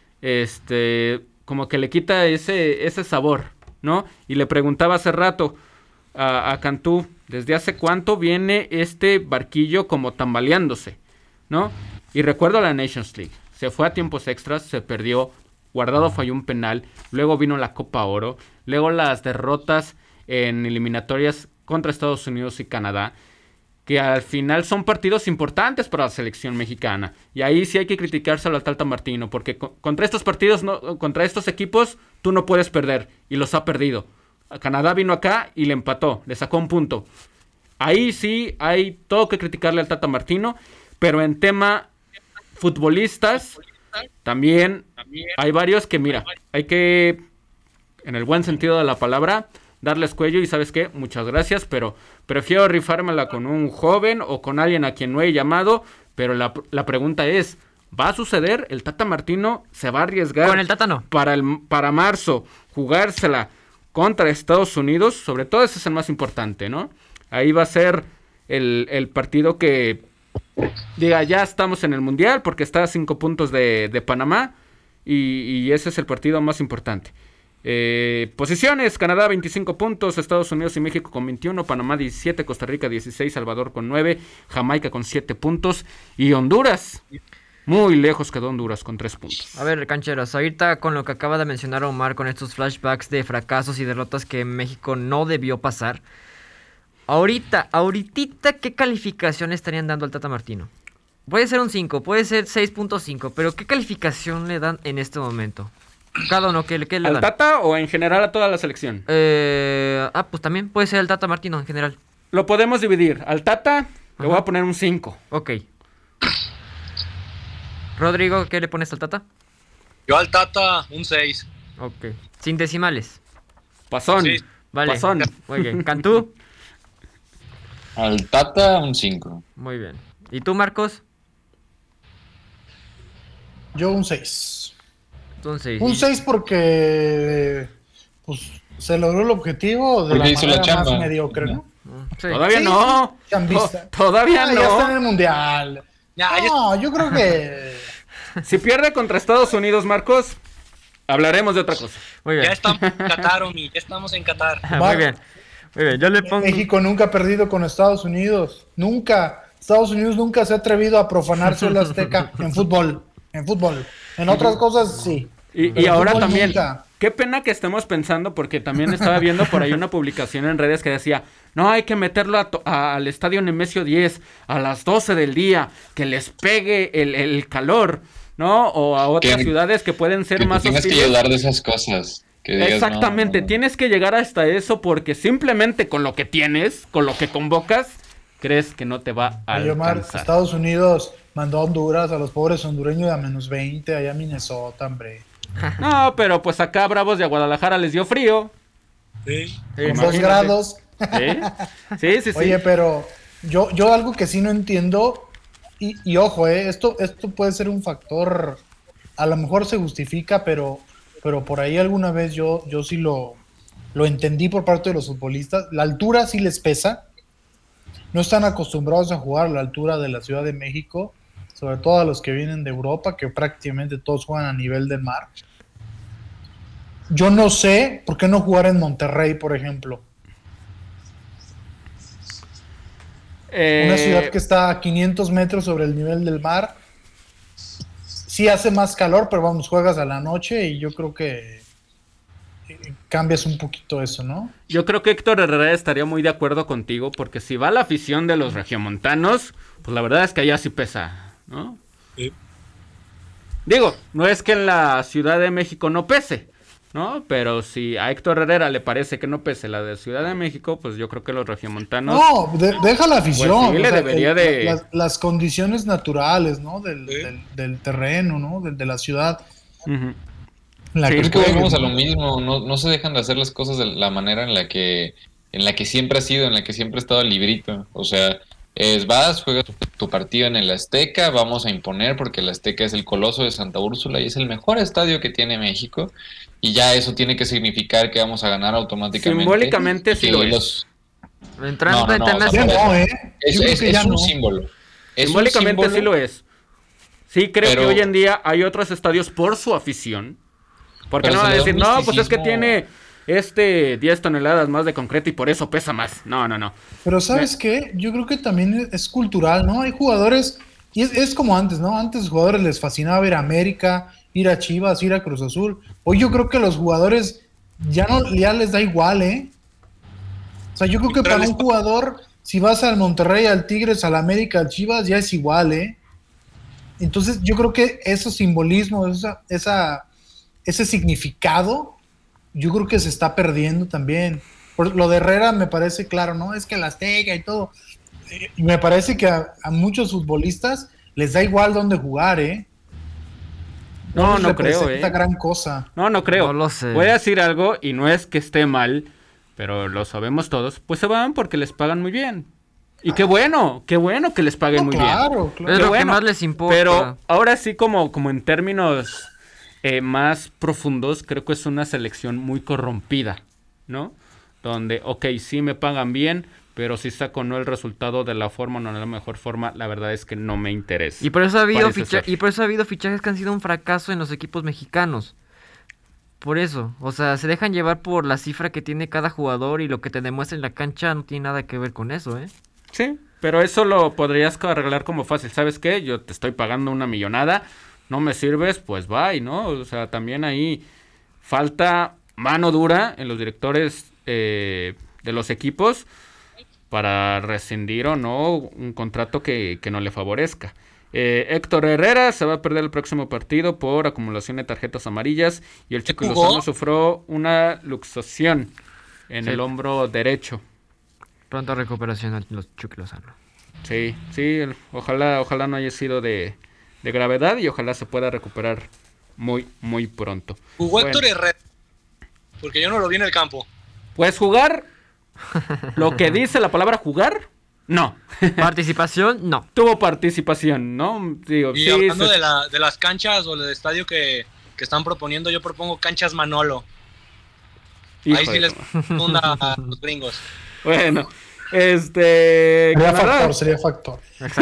como que le quita ese sabor, ¿no? Y le preguntaba hace rato a Cantú, ¿desde hace cuánto viene este barquillo como tambaleándose, ¿no? Y recuerdo la Nations League, se fue a tiempos extras, se perdió, Guardado falló un penal, luego vino la Copa Oro, luego las derrotas en eliminatorias contra Estados Unidos y Canadá, que al final son partidos importantes para la selección mexicana. Y ahí sí hay que criticárselo al Tata Martino, porque contra estos partidos, contra estos equipos, tú no puedes perder, y los ha perdido. Canadá vino acá y le empató, le sacó un punto. Ahí sí hay todo que criticarle al Tata Martino, pero en tema futbolistas, también hay varios que, mira, hay que, en el buen sentido de la palabra, darles cuello y ¿sabes qué? Muchas gracias, pero prefiero rifármela con un joven o con alguien a quien no he llamado, pero la pregunta es, ¿va a suceder? ¿El Tata Martino se va a arriesgar? Con el Tata no. Para marzo, jugársela contra Estados Unidos, sobre todo ese es el más importante, ¿no? Ahí va a ser el partido que diga, ya estamos en el Mundial porque está a 5 puntos de Panamá y ese es el partido más importante. Posiciones, Canadá 25 puntos, Estados Unidos y México con 21, Panamá 17, Costa Rica 16, Salvador con 9, Jamaica con 7 puntos y Honduras, muy lejos quedó Honduras con 3 puntos. A ver, cancheros, ahorita con lo que acaba de mencionar Omar, con estos flashbacks de fracasos y derrotas que México no debió pasar, ahorita, ¿qué calificación estarían dando al Tata Martino? Puede ser un 5, puede ser 6.5, pero ¿qué calificación le dan en este momento? Cada uno, ¿qué le dan? ¿Al Tata o en general a toda la selección? Pues también puede ser el Tata Martino en general. Lo podemos dividir. Al Tata le voy a poner un 5. Ok. Rodrigo, ¿qué le pones al Tata? Yo al Tata un 6. Ok. Sin decimales. Pasón. Sí. Vale. Pasón. Muy bien. ¿Cantú? Al Tata un 5. Muy bien. ¿Y tú, Marcos? Yo un 6. Entonces, Un 6 porque pues se logró el objetivo de Porque la hizo la manera más chamba. mediocre, ¿no? sí. Todavía Sí, no. chambista. Todavía Ya está en no. el Mundial. No, yo creo que... Si pierde contra Estados Unidos, Marcos, hablaremos de otra cosa. Muy bien. Ya estamos en Qatar, Omi, ya estamos en Qatar. Muy bien. Muy bien. Yo le pongo... México nunca ha perdido con Estados Unidos. Nunca. Estados Unidos nunca se ha atrevido a profanar suelo azteca en fútbol. En fútbol. En otras cosas, sí. Y Pero ahora fútbol también, nunca. qué pena que estemos pensando, porque también estaba viendo por ahí una publicación en redes que decía, no, hay que meterlo al estadio Nemesio 10 a las 12 del día, que les pegue el calor, ¿no? O a otras ciudades que pueden ser más Tienes que hostiles. ayudar de esas cosas. Que digas, Exactamente, no. tienes que llegar hasta eso porque simplemente con lo que tienes, con lo que convocas, crees que no te va a Oye, Omar, alcanzar. Estados Unidos mandó a Honduras, a los pobres hondureños a menos 20, allá a Minnesota, hombre. No, pero pues acá Bravos de Guadalajara les dio frío. Sí. Con Imagínate. 2 grados. Sí. Oye, pero yo algo que sí no entiendo, y ojo, esto puede ser un factor, a lo mejor se justifica, pero por ahí alguna vez yo sí lo entendí por parte de los futbolistas. La altura sí les pesa. No están acostumbrados a jugar a la altura de la Ciudad de México, sobre todo a los que vienen de Europa, que prácticamente todos juegan a nivel del mar. Yo no sé por qué no jugar en Monterrey, por ejemplo. Una ciudad que está a 500 metros sobre el nivel del mar. Sí hace más calor, pero vamos, juegas a la noche y yo creo que cambias un poquito eso, ¿no? Yo creo que Héctor Herrera estaría muy de acuerdo contigo, porque si va la afición de los regiomontanos, pues la verdad es que allá sí pesa, ¿no? Sí. Digo, no es que en la Ciudad de México no pese, ¿no? Pero si a Héctor Herrera le parece que no pese la de Ciudad de México, pues yo creo que los regiomontanos... No, deja la afición. Pues sí, le debería de... Las condiciones naturales, ¿no? Sí. Del terreno, ¿no? De la ciudad. Ujú. La Sí, que Es que jueguen, volvemos a lo ¿no? mismo, no se dejan de hacer las cosas de la manera en la que siempre ha sido, en la que siempre ha estado el librito. O sea, vas, juegas tu partido en el Azteca, vamos a imponer porque el Azteca es el Coloso de Santa Úrsula y es el mejor estadio que tiene México. Y ya eso tiene que significar que vamos a ganar automáticamente. Simbólicamente Y sí que lo es. Entrando en o sea, temas... Ya no, ¿eh? Es, Yo creo es- que es ya un no. símbolo. Es un Simbólicamente símbolo, sí lo es. Sí, creo pero- que hoy en día hay otros estadios por su afición. Porque Pero no van a se le da decir, un no, pues es que misticismo. tiene 10 toneladas más de concreto y por eso pesa más. No. Pero ¿sabes qué? Yo creo que también es cultural, ¿no? Hay jugadores, y es como antes, ¿no? Antes a los jugadores les fascinaba ir a América, ir a Chivas, ir a Cruz Azul. Hoy yo creo que a los jugadores ya les da igual, ¿eh? O sea, yo creo que Pero para les- un jugador, si vas al Monterrey, al Tigres, al América, al Chivas, ya es igual, ¿eh? Entonces yo creo que ese simbolismo, ese significado, yo creo que se está perdiendo también. Por lo de Herrera me parece claro, ¿no? Es que el Azteca y todo. Y me parece que a muchos futbolistas les da igual dónde jugar, ¿eh? No, les no creo, representa ¿eh? gran cosa. No creo. No lo sé. Voy a decir algo y no es que esté mal, pero lo sabemos todos. Pues se van porque les pagan muy bien. Y qué bueno que les paguen No, muy bien. claro, Es claro. Qué lo que bueno, más les importa. Pero ahora sí, como en términos más profundos, creo que es una selección muy corrompida, ¿no? Donde, ok, sí me pagan bien, pero si saco no el resultado de la forma o no de la mejor forma, la verdad es que no me interesa. Y por eso ha habido Parece ser. fichajes que han sido un fracaso en los equipos mexicanos. Por eso, o sea, se dejan llevar por la cifra que tiene cada jugador y lo que te demuestra en la cancha no tiene nada que ver con eso, ¿eh? Sí, pero eso lo podrías arreglar como fácil. ¿Sabes qué? Yo te estoy pagando una millonada, no me sirves, pues bye, ¿no? O sea, también ahí falta mano dura en los directores de los equipos para rescindir o no un contrato que no le favorezca. Héctor Herrera se va a perder el próximo partido por acumulación de tarjetas amarillas y el Chico jugó? Lozano sufrió una luxación en Sí. el hombro derecho. Pronta recuperación a los Chucky Lozano. Sí, ojalá no haya sido de gravedad y ojalá se pueda recuperar muy pronto. Jugó Bueno, Héctor Herrera. Porque yo no lo vi en el campo. pues jugar, lo que dice la palabra jugar, no. Participación, no. Tuvo participación, ¿no? Digo, Y sí, hablando se- de las canchas o del estadio que están proponiendo, yo propongo canchas Manolo. Ahí hijo sí de les tu- funda a los gringos. Bueno, Sería factor.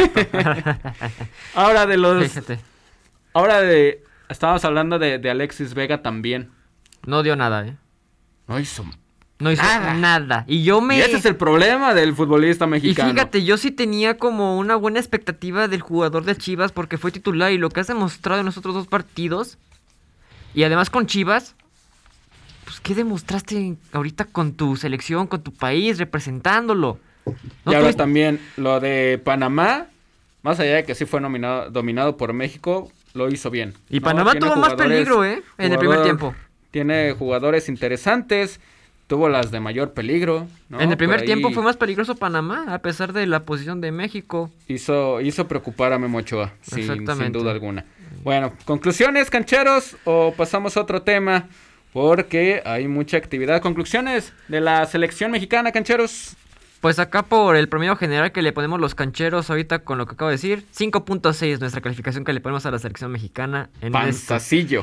ahora de los, Fíjate, estábamos hablando de Alexis Vega también. no dio nada, ¿eh? No hizo. No hizo Nada. nada. Y yo me... Y ese es el problema del futbolista Y mexicano. fíjate, yo sí tenía como una buena expectativa del jugador de Chivas porque fue titular y lo que has demostrado en los otros dos partidos y además con Chivas, pues ¿qué demostraste ahorita con tu selección, con tu país, representándolo? Y ahora tuviste- también lo de Panamá, más allá de que sí fue dominado por México, lo hizo bien. Y ¿no? Panamá Tiene tuvo más jugadores- peligro, en el primer tiempo. Tiene jugadores interesantes, tuvo las de mayor peligro. ¿no? En el primer Por ahí tiempo fue más peligroso Panamá, a pesar de la posición de México. hizo preocupar a Memo Ochoa, sin Exactamente. duda alguna. Bueno, conclusiones, cancheros, o pasamos a otro tema, porque hay mucha actividad. Conclusiones de la selección mexicana, cancheros. Pues acá por el promedio general que le ponemos los cancheros ahorita con lo que acabo de decir, 5.6 nuestra calificación que le ponemos a la selección mexicana en estos. Panzacillo.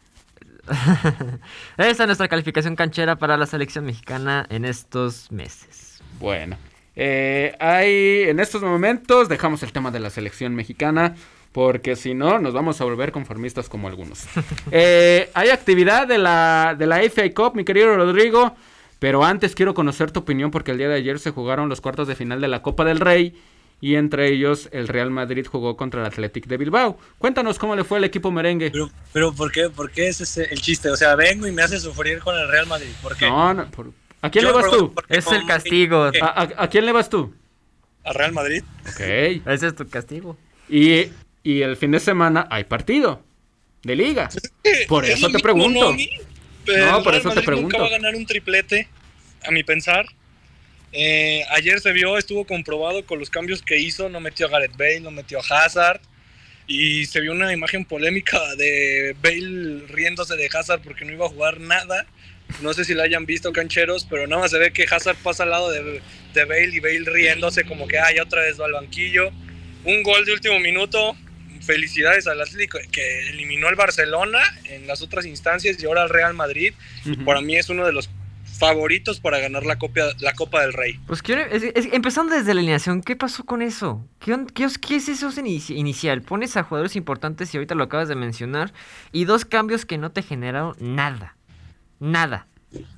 Esa es nuestra calificación canchera para la selección mexicana en estos meses. Bueno, en estos momentos dejamos el tema de la selección mexicana, porque si no nos vamos a volver conformistas como algunos. Hay actividad de la FA Cup, mi querido Rodrigo, pero antes quiero conocer tu opinión porque el día de ayer se jugaron los cuartos de final de la Copa del Rey y entre ellos el Real Madrid jugó contra el Athletic de Bilbao. Cuéntanos cómo le fue al equipo merengue. Pero ¿por qué ese es el chiste? O sea, vengo y me hace sufrir con el Real Madrid. ¿Por qué? No, ¿a quién le vas tú? Porque Es el castigo. ¿Qué? ¿A quién le vas tú? ¿A Real Madrid? Ok. Ese es tu castigo. Y el fin de semana hay partido de liga. Por Es eso lo te mismo, pregunto. ¿no? No, el por Real eso te Madrid pregunto. nunca va a ganar un triplete, a mi pensar. Ayer se vio, estuvo comprobado con los cambios que hizo, no metió a Gareth Bale, no metió a Hazard, y se vio una imagen polémica de Bale riéndose de Hazard porque no iba a jugar nada. No sé si la hayan visto, cancheros, pero nada más se ve que Hazard pasa al lado de Bale y Bale riéndose como que ya otra vez va al banquillo. Un gol de último minuto. Felicidades al Atlético que eliminó al Barcelona en las otras instancias y ahora al Real Madrid. Para mí es uno de los favoritos para ganar la Copa del Rey. Pues empezando desde la alineación, ¿qué pasó con eso? ¿Qué es eso inicial? Pones a jugadores importantes y ahorita lo acabas de mencionar y 2 cambios que no te generaron nada. Nada.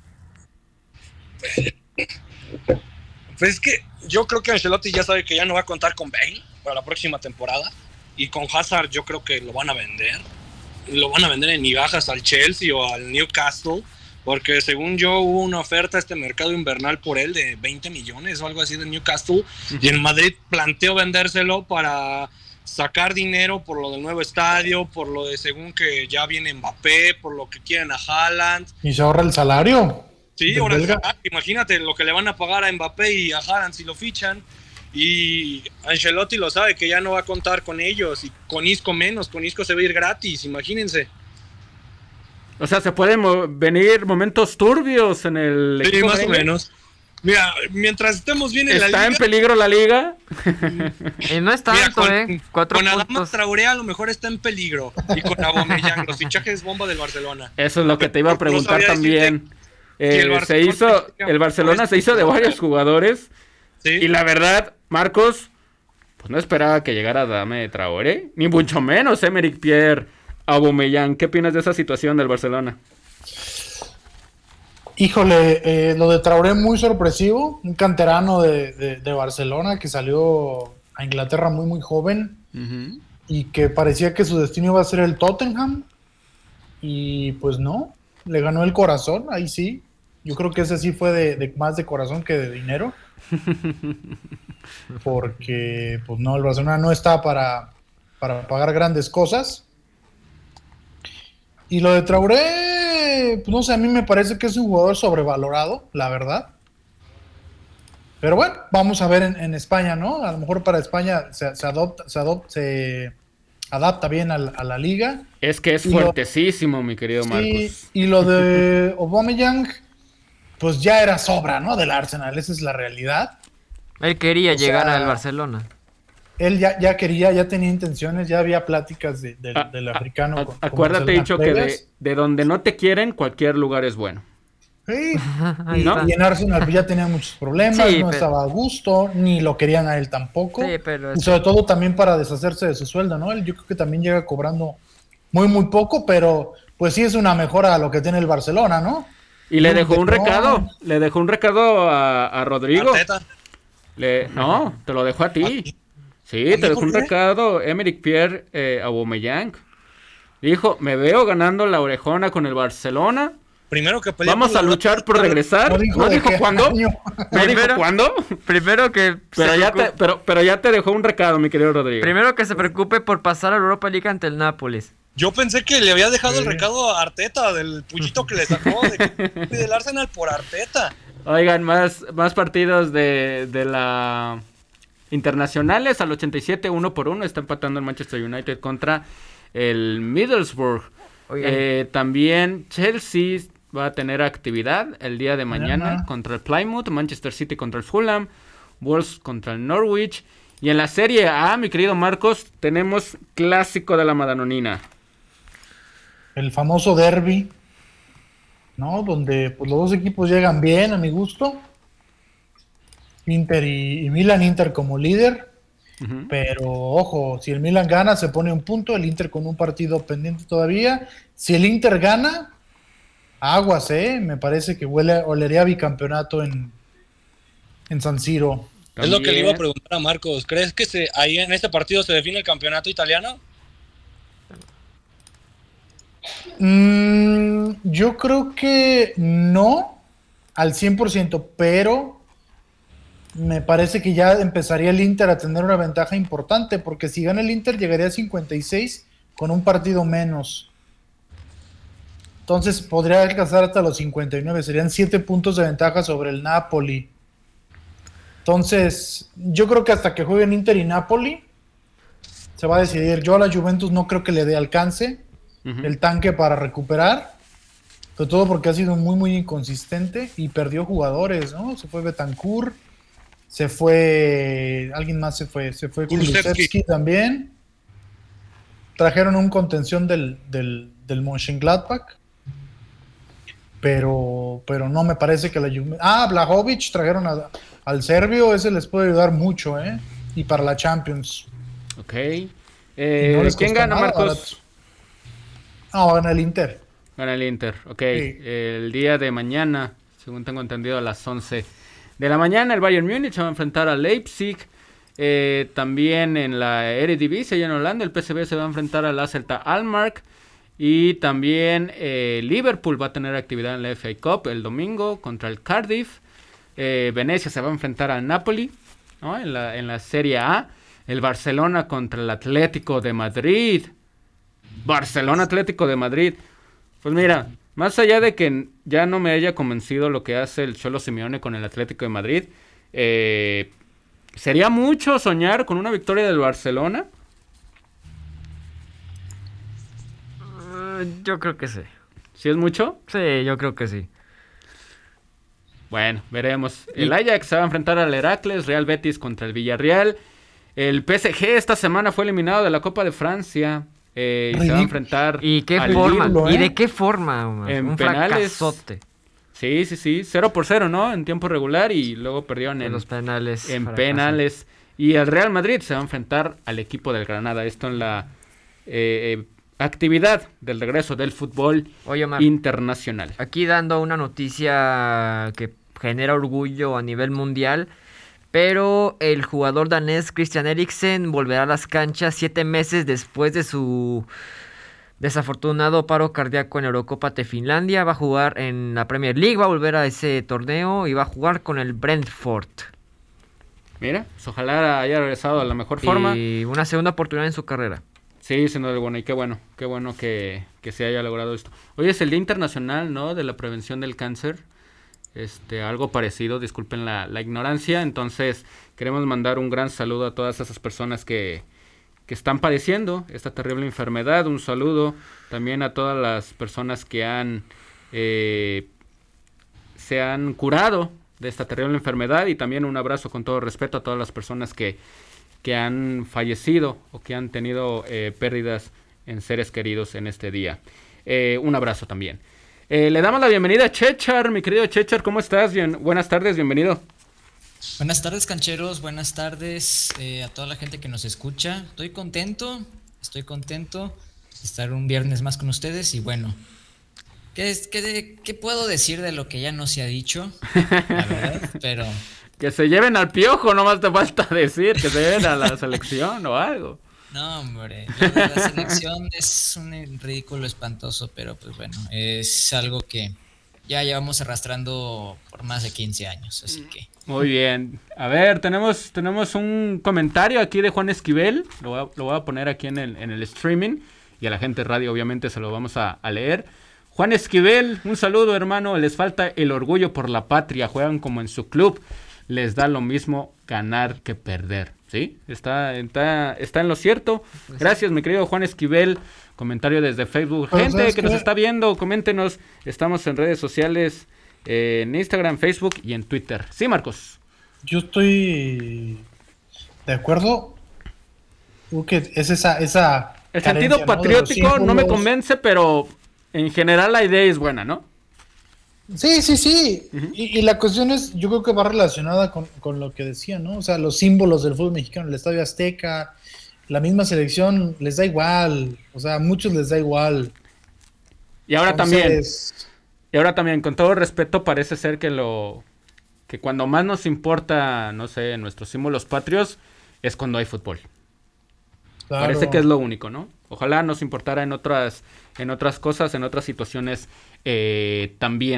Pues es que yo creo que Ancelotti ya sabe que ya no va a contar con Bale para la próxima temporada y con Hazard yo creo que lo van a vender. Lo van a vender en migajas al Chelsea o al Newcastle. Porque según yo hubo una oferta a este mercado invernal por él de 20 millones o algo así de Newcastle. Y el Madrid planteó vendérselo para sacar dinero por lo del nuevo estadio, por lo de según que ya viene Mbappé, por lo que quieren a Haaland. Y se ahorra el salario. Sí, ahora imagínate lo que le van a pagar a Mbappé y a Haaland si lo fichan. Y Ancelotti lo sabe que ya no va a contar con ellos. Y con Isco menos, con Isco se va a ir gratis, imagínense. O sea, se pueden venir momentos turbios en el sí, equipo más merengue. o menos. Mira, mientras estemos bien en la liga... ¿Está en peligro la liga? No es tanto, mira, 4 con Adama puntos. Traoré a lo mejor está en peligro. Y con Aubameyang, los fichajes bomba del Barcelona. Eso es lo que te iba a preguntar también. El Barcelona se hizo de varios jugadores. ¿Sí? Y la verdad, Marcos, pues no esperaba que llegara Adama Traoré. Ni mucho menos Emerick Pierre, Aubameyang. ¿Qué opinas de esa situación del Barcelona? Híjole, lo de Traoré muy sorpresivo, un canterano de Barcelona que salió a Inglaterra muy muy joven y que parecía que su destino iba a ser el Tottenham y pues no, le ganó el corazón, ahí sí, yo creo que ese sí fue de más de corazón que de dinero, porque pues no, el Barcelona no está para pagar grandes cosas. Y lo de Traoré, pues no sé, a mí me parece que es un jugador sobrevalorado, la verdad. Pero bueno, vamos a ver en España, ¿no? A lo mejor para España se adapta bien a la liga. Es que es fuertesísimo, mi querido Marcos. Sí, y lo de Aubameyang, pues ya era sobra, ¿no? Del Arsenal, esa es la realidad. Él quería llegar al Barcelona. Él ya quería, ya tenía intenciones, ya había pláticas del africano. Acuérdate, dicho que de donde no te quieren, cualquier lugar es bueno. Sí, ¿no? Y en Arsenal ya tenía muchos problemas, sí, no estaba a gusto, ni lo querían a él tampoco. Sí, pero y sobre todo también para deshacerse de su sueldo, ¿no? Él yo creo que también llega cobrando muy, muy poco, pero pues sí es una mejora a lo que tiene el Barcelona, ¿no? Y le dejó un recado a Rodrigo. No, te lo dejó a ti. Sí, te dejó un recado, Emerick Pierre Aubameyang. Dijo, me veo ganando la orejona con el Barcelona. Primero que vamos a luchar por regresar. ¿No dijo cuándo? ¿No dijo cuándo? Primero que... Pero ya te dejó un recado, mi querido Rodrigo. Primero que se preocupe por pasar a la Europa League ante el Nápoles. Yo pensé que le había dejado el recado a Arteta, del puchito que le sacó del Arsenal por Arteta. Oigan, más partidos de la... internacionales. Al 87, 1-1 está empatando el Manchester United contra el Middlesbrough. También Chelsea va a tener actividad el día de mañana contra el Plymouth, Manchester City contra el Fulham, Wolves contra el Norwich. Y en la Serie A, mi querido Marcos, tenemos clásico de la Madalonina. El famoso derbi, ¿no? Donde pues, los dos equipos llegan bien, a mi gusto. Inter y Milan, Inter como líder, pero ojo, si el Milan gana se pone un punto, el Inter con un partido pendiente todavía. Si el Inter gana, aguas, me parece que olería bicampeonato en San Siro. Es lo que le iba a preguntar a Marcos, ¿crees que ahí en este partido se define el campeonato italiano? Yo creo que no al 100%, pero me parece que ya empezaría el Inter a tener una ventaja importante, porque si gana el Inter llegaría a 56 con un partido menos. Entonces podría alcanzar hasta los 59. Serían 7 puntos de ventaja sobre el Napoli. Entonces, yo creo que hasta que jueguen Inter y Napoli se va a decidir. Yo a la Juventus no creo que le dé alcance el tanque para recuperar. Sobre todo porque ha sido muy, muy inconsistente y perdió jugadores, ¿no? Se fue Betancourt, se fue... Alguien más se fue Kulusevski también. Trajeron un contención del Mönchengladbach. Pero no me parece que la Juventus... Vlahovic, trajeron al serbio, ese les puede ayudar mucho, ¿eh? Y para la Champions. Ok. No ¿Quién gana, Marcos? Gana el Inter. Gana el Inter, ok. Sí. El día de mañana, según tengo entendido, a las 11 de la mañana, el Bayern Múnich se va a enfrentar a Leipzig. También en la Eredivisie, allá en Holanda, el PSV se va a enfrentar al AZ Alkmaar. Y también Liverpool va a tener actividad en la FA Cup el domingo contra el Cardiff. Venecia se va a enfrentar al Napoli, ¿no? en la Serie A. El Barcelona contra el Atlético de Madrid. Barcelona-Atlético de Madrid. Pues mira, más allá de que ya no me haya convencido lo que hace el Cholo Simeone con el Atlético de Madrid, ¿sería mucho soñar con una victoria del Barcelona? Yo creo que sí. ¿Sí es mucho? Sí, yo creo que sí. Bueno, veremos. El Ajax se va a enfrentar al Heracles, Real Betis contra el Villarreal. El PSG esta semana fue eliminado de la Copa de Francia. Y se va a enfrentar ¿Y qué al forma? Lille, ¿Y de qué forma, Omar? En Un penales. fracasote. Sí, 0-0, ¿no? En tiempo regular y luego perdieron En los penales. en fracaso. penales. Y el Real Madrid se va a enfrentar al equipo del Granada. Esto en la actividad del regreso del fútbol Oye, Omar, internacional. aquí dando una noticia que genera orgullo a nivel mundial, pero el jugador danés Christian Eriksen volverá a las canchas 7 meses después de su desafortunado paro cardíaco en la Eurocopa de Finlandia. Va a jugar en la Premier League, va a volver a ese torneo y va a jugar con el Brentford. Mira, pues ojalá haya regresado a la mejor forma. Y una segunda oportunidad en su carrera. Sí, sin duda alguna, y qué bueno que se haya logrado esto. Hoy es el Día Internacional, ¿no?, de la prevención del cáncer. Algo parecido, disculpen la ignorancia. Entonces, queremos mandar un gran saludo a todas esas personas que están padeciendo esta terrible enfermedad. Un saludo también a todas las personas que se han curado de esta terrible enfermedad, y también un abrazo con todo respeto a todas las personas que han fallecido o que han tenido pérdidas en seres queridos en este día. Un abrazo también. Le damos la bienvenida a Chechar, mi querido Chechar, ¿cómo estás? Buenas tardes, bienvenido. Buenas tardes, cancheros, buenas tardes a toda la gente que nos escucha. Estoy contento de estar un viernes más con ustedes y bueno, ¿qué puedo decir de lo que ya no se ha dicho? La verdad, pero... Que se lleven al Piojo, nomás te falta decir, que se lleven a la selección o algo. No, hombre, la selección es un ridículo espantoso, pero pues bueno, es algo que ya llevamos arrastrando por más de 15 años, así que... Muy bien. A ver, tenemos un comentario aquí de Juan Esquivel, lo voy a poner aquí en el streaming, y a la gente de radio obviamente se lo vamos a leer. Juan Esquivel, un saludo, hermano, les falta el orgullo por la patria, juegan como en su club, les da lo mismo ganar que perder. ¿Sí? Está en lo cierto. Gracias, mi querido Juan Esquivel. Comentario desde Facebook. Gente que nos está viendo, coméntenos. Estamos en redes sociales, en Instagram, Facebook y en Twitter. Sí, Marcos. Yo estoy de acuerdo. Que es esa el sentido patriótico no me convence, pero en general la idea es buena, ¿no? Sí. Uh-huh. Y la cuestión es, yo creo que va relacionada con lo que decía, ¿no? O sea, los símbolos del fútbol mexicano, el Estadio Azteca, la misma selección, les da igual. O sea, a muchos les da igual. Y ahora también, con todo respeto, parece ser que cuando más nos importa, no sé, nuestros símbolos patrios, es cuando hay fútbol. Claro. Parece que es lo único, ¿no? Ojalá nos importara en otras cosas, en otras situaciones también.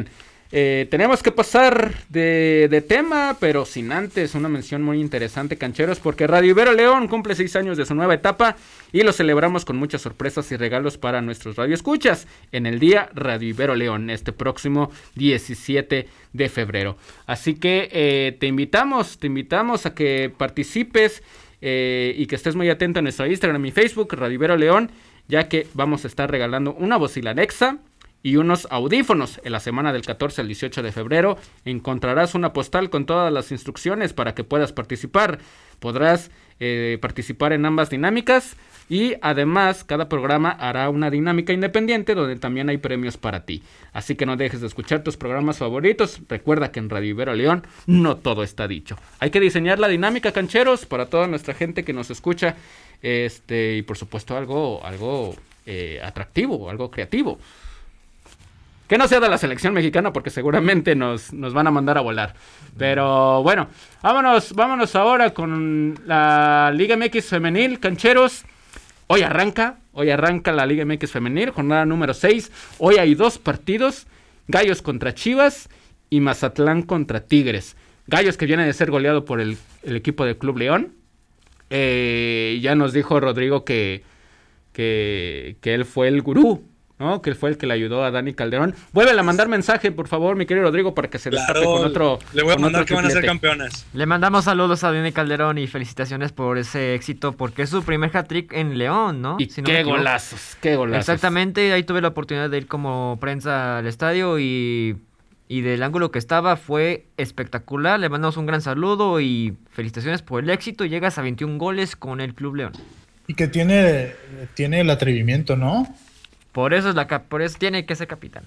tenemos que pasar de tema, pero sin antes una mención muy interesante, cancheros, porque Radio Ibero León cumple 6 años de su nueva etapa y lo celebramos con muchas sorpresas y regalos para nuestros radioescuchas en el día Radio Ibero León, este próximo 17 de febrero. Así que te invitamos a que participes y que estés muy atento a nuestro Instagram y Facebook, Radio Ibero León, ya que vamos a estar regalando una bocina Alexa y unos audífonos. En la semana del 14 al 18 de febrero encontrarás una postal con todas las instrucciones para que puedas participar. Podrás participar en ambas dinámicas y además cada programa hará una dinámica independiente donde también hay premios para ti. Así que no dejes de escuchar tus programas favoritos. Recuerda que en Radio Ibero León no todo está dicho. Hay que diseñar la dinámica, cancheros, para toda nuestra gente que nos escucha, y por supuesto algo atractivo, algo creativo. Que no sea de la selección mexicana porque seguramente nos van a mandar a volar. Pero bueno, vámonos ahora con la Liga MX femenil, cancheros. Hoy arranca la Liga MX femenil, jornada número 6. Hoy hay 2 partidos, Gallos contra Chivas y Mazatlán contra Tigres. Gallos que viene de ser goleado por el equipo del Club León. Ya nos dijo Rodrigo que él fue el gurú, ¿no? Que él fue el que le ayudó a Dani Calderón. Vuelve a mandar mensaje, por favor, mi querido Rodrigo, para que se destape con otro. Le voy a mandar que van a ser triplete. campeones. Le mandamos saludos a Dani Calderón y felicitaciones por ese éxito, porque es su primer hat-trick en León, ¿no? Y Si no me qué equivoco. golazos, qué golazos. Exactamente, ahí tuve la oportunidad de ir como prensa al estadio y del ángulo que estaba fue espectacular. Le mandamos un gran saludo y felicitaciones por el éxito. Llegas a 21 goles con el Club León. Y que tiene el atrevimiento, ¿no? Por eso tiene que ser capitana.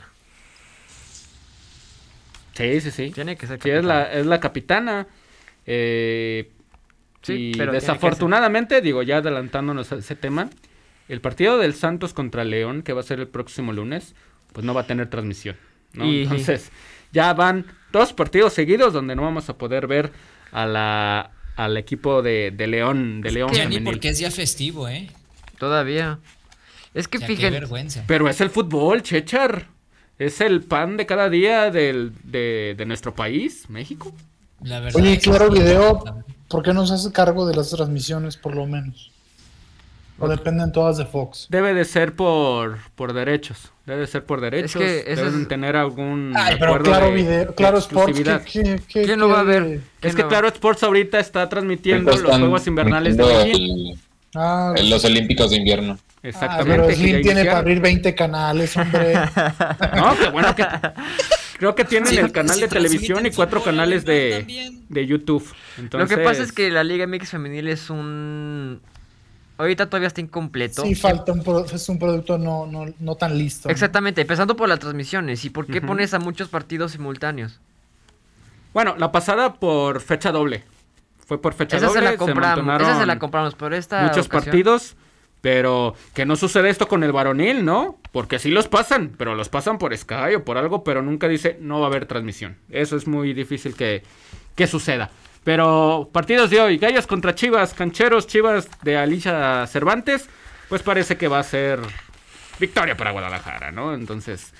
Sí. Tiene que ser Sí, capitana. es la capitana. Sí, Y pero desafortunadamente, digo, ya adelantándonos a ese tema, el partido del Santos contra León, que va a ser el próximo lunes, pues no va a tener transmisión, ¿no? Y- Entonces, ya van 2 partidos seguidos donde no vamos a poder ver al equipo de León, de León Ya ni femenil. porque es día festivo, ¿eh? Todavía. Es que Ya, qué fíjense. vergüenza. Pero es el fútbol, Chechar. Es el pan de cada día de nuestro país, México. La verdad. Oye, es Claro que- Video, ¿por qué no se hace cargo de las transmisiones, por lo menos? ¿O dependen todas de Fox? Debe de ser por derechos. Debe ser por derechos. que ese Deben es- tener algún Ay, pero acuerdo Claro de Video, Claro Sports, exclusividad. ¿Quién lo va a ver? Es que Claro Sports ahorita está transmitiendo Ahorita los están Juegos Invernales de transmitiendo Beijing. los Olímpicos de invierno. Exactamente. pero que Slim ya tiene para iniciaron. abrir 20 canales, hombre. No, qué bueno que... Creo que tienen Sí, el canal sí de televisión y transmiten 4 fútbol canales alemán también. de YouTube. Lo que pasa es Entonces, que la Liga MX femenil es un... Ahorita todavía está incompleto. Sí, falta es un producto no tan listo. ¿no? Exactamente, empezando por las transmisiones. ¿Y por qué Ujú. pones a muchos partidos simultáneos? Bueno, la pasada por fecha doble. Fue por fecha Esa doble. se la compramos, amontonaron pero esta muchos ocasión- partidos, pero que no sucede esto con el varonil, ¿no? Porque sí los pasan, pero los pasan por Sky o por algo, pero nunca dice no va a haber transmisión. Eso es muy difícil que suceda. Pero partidos de hoy, Gallos contra Chivas, cancheros, Chivas de Alicia Cervantes, pues parece que va a ser victoria para Guadalajara, ¿no? Entonces,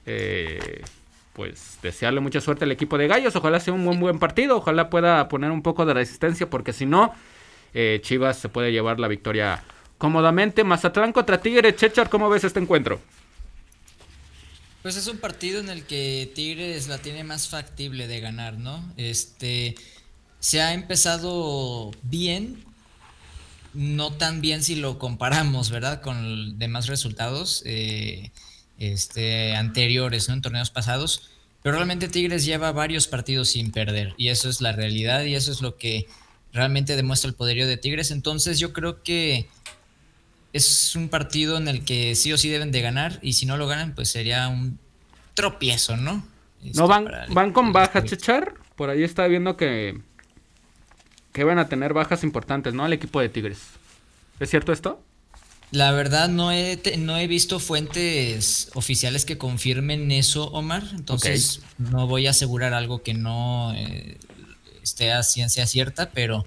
pues desearle mucha suerte al equipo de Gallos, ojalá sea un buen partido, ojalá pueda poner un poco de resistencia, porque si no, Chivas se puede llevar la victoria cómodamente. Mazatlán contra Tigres, Chechar, ¿cómo ves este encuentro? Pues es un partido en el que Tigres la tiene más factible de ganar, ¿no? Se ha empezado bien, no tan bien si lo comparamos, ¿verdad? Con demás resultados anteriores, ¿no? En torneos pasados. Pero realmente Tigres lleva varios partidos sin perder. Y eso es la realidad y eso es lo que realmente demuestra el poderío de Tigres. Entonces yo creo que es un partido en el que sí o sí deben de ganar. Y si no lo ganan, pues sería un tropiezo, ¿no? ¿No para van con los bajas, Tigres. Chechar? Por ahí está viendo que van a tener bajas importantes, ¿no? Al equipo de Tigres. ¿Es cierto esto? La verdad no he visto fuentes oficiales que confirmen eso, Omar. Entonces no voy a asegurar algo que no esté a ciencia cierta, pero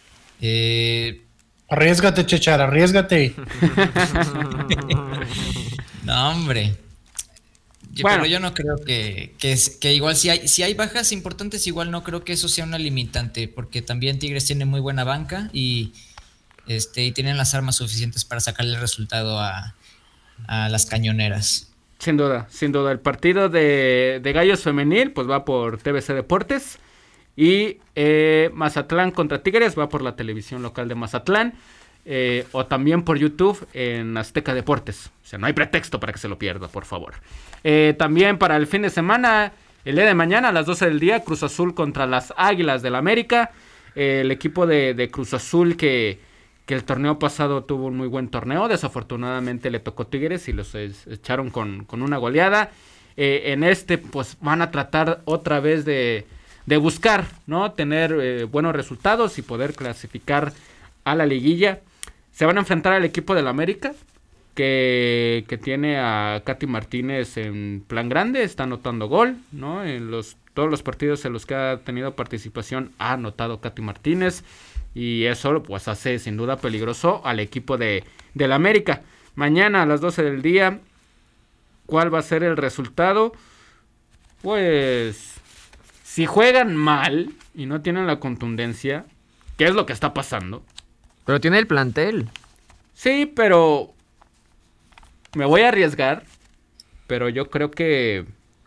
Arriésgate, Chechar, arriésgate. no, hombre. Bueno. Pero yo no creo que igual si hay bajas importantes, igual no creo que eso sea una limitante, porque también Tigres tiene muy buena banca y tienen las armas suficientes para sacarle el resultado a las cañoneras. Sin duda. El partido de Gallos Femenil pues va por TVC Deportes y Mazatlán contra Tigres va por la televisión local de Mazatlán o también por YouTube en Azteca Deportes. O sea, no hay pretexto para que se lo pierda, por favor. También para el fin de semana, el día de mañana a las 12 del día, Cruz Azul contra las Águilas del América. El equipo de Cruz Azul que el torneo pasado tuvo un muy buen torneo. Desafortunadamente le tocó Tigres y los echaron con una goleada. En pues van a tratar otra vez de buscar, ¿no? Tener buenos resultados y poder clasificar a la liguilla. Se van a enfrentar al equipo del América, que tiene a Katy Martínez en plan grande, está anotando gol, ¿no? En todos los partidos en los que ha tenido participación ha anotado Katy Martínez. Y eso pues hace sin duda peligroso al equipo del América. Mañana a las 12 del día, ¿cuál va a ser el resultado? Pues si juegan mal y no tienen la contundencia, ¿qué es lo que está pasando? Pero tiene el plantel. Sí, pero me voy a arriesgar, pero yo creo que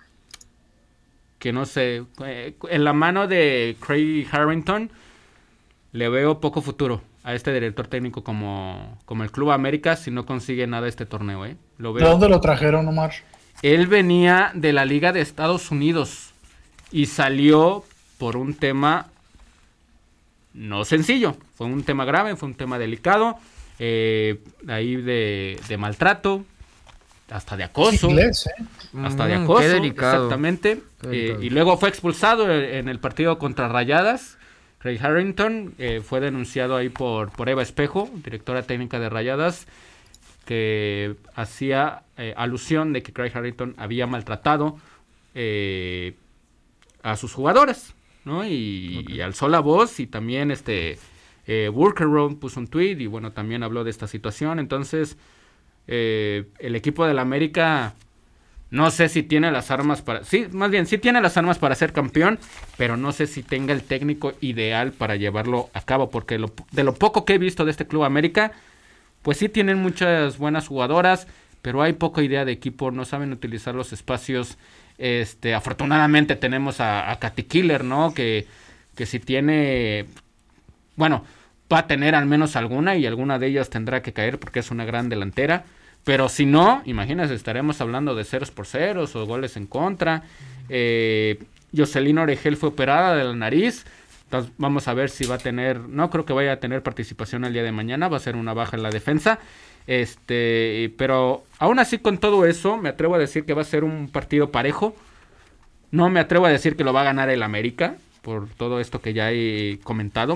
no sé, en la mano de Craig Harrington le veo poco futuro a este director técnico como el Club América si no consigue nada este torneo, ¿eh? Lo veo. ¿De dónde lo trajeron, Omar? Él venía de la Liga de Estados Unidos y salió por un tema no sencillo. Fue un tema grave, fue un tema delicado, ahí de maltrato, hasta de acoso. Inglés, Hasta de acoso, qué delicado. exactamente. Y luego fue expulsado en el partido contra Rayadas. Craig Harrington fue denunciado ahí por Eva Espejo, directora técnica de Rayadas, que hacía alusión de que Craig Harrington había maltratado a sus jugadores, ¿no? Y alzó la voz y también Worker Room puso un tweet y bueno, también habló de esta situación. Entonces, el equipo del América no sé si tiene las armas para... Sí, más bien, sí tiene las armas para ser campeón, pero no sé si tenga el técnico ideal para llevarlo a cabo, porque de lo poco que he visto de este Club América, pues sí tienen muchas buenas jugadoras, pero hay poca idea de equipo, no saben utilizar los espacios. Afortunadamente tenemos a Katy Killer, ¿no? Que si tiene... Bueno, va a tener al menos alguna y alguna de ellas tendrá que caer porque es una gran delantera. Pero si no, imagínense, estaremos hablando de 0-0 o goles en contra. Jocelyn Oregel fue operada de la nariz. Entonces vamos a ver si va a tener... No creo que vaya a tener participación el día de mañana. Va a ser una baja en la defensa. Pero aún así con todo eso, me atrevo a decir que va a ser un partido parejo. No me atrevo a decir que lo va a ganar el América, por todo esto que ya he comentado.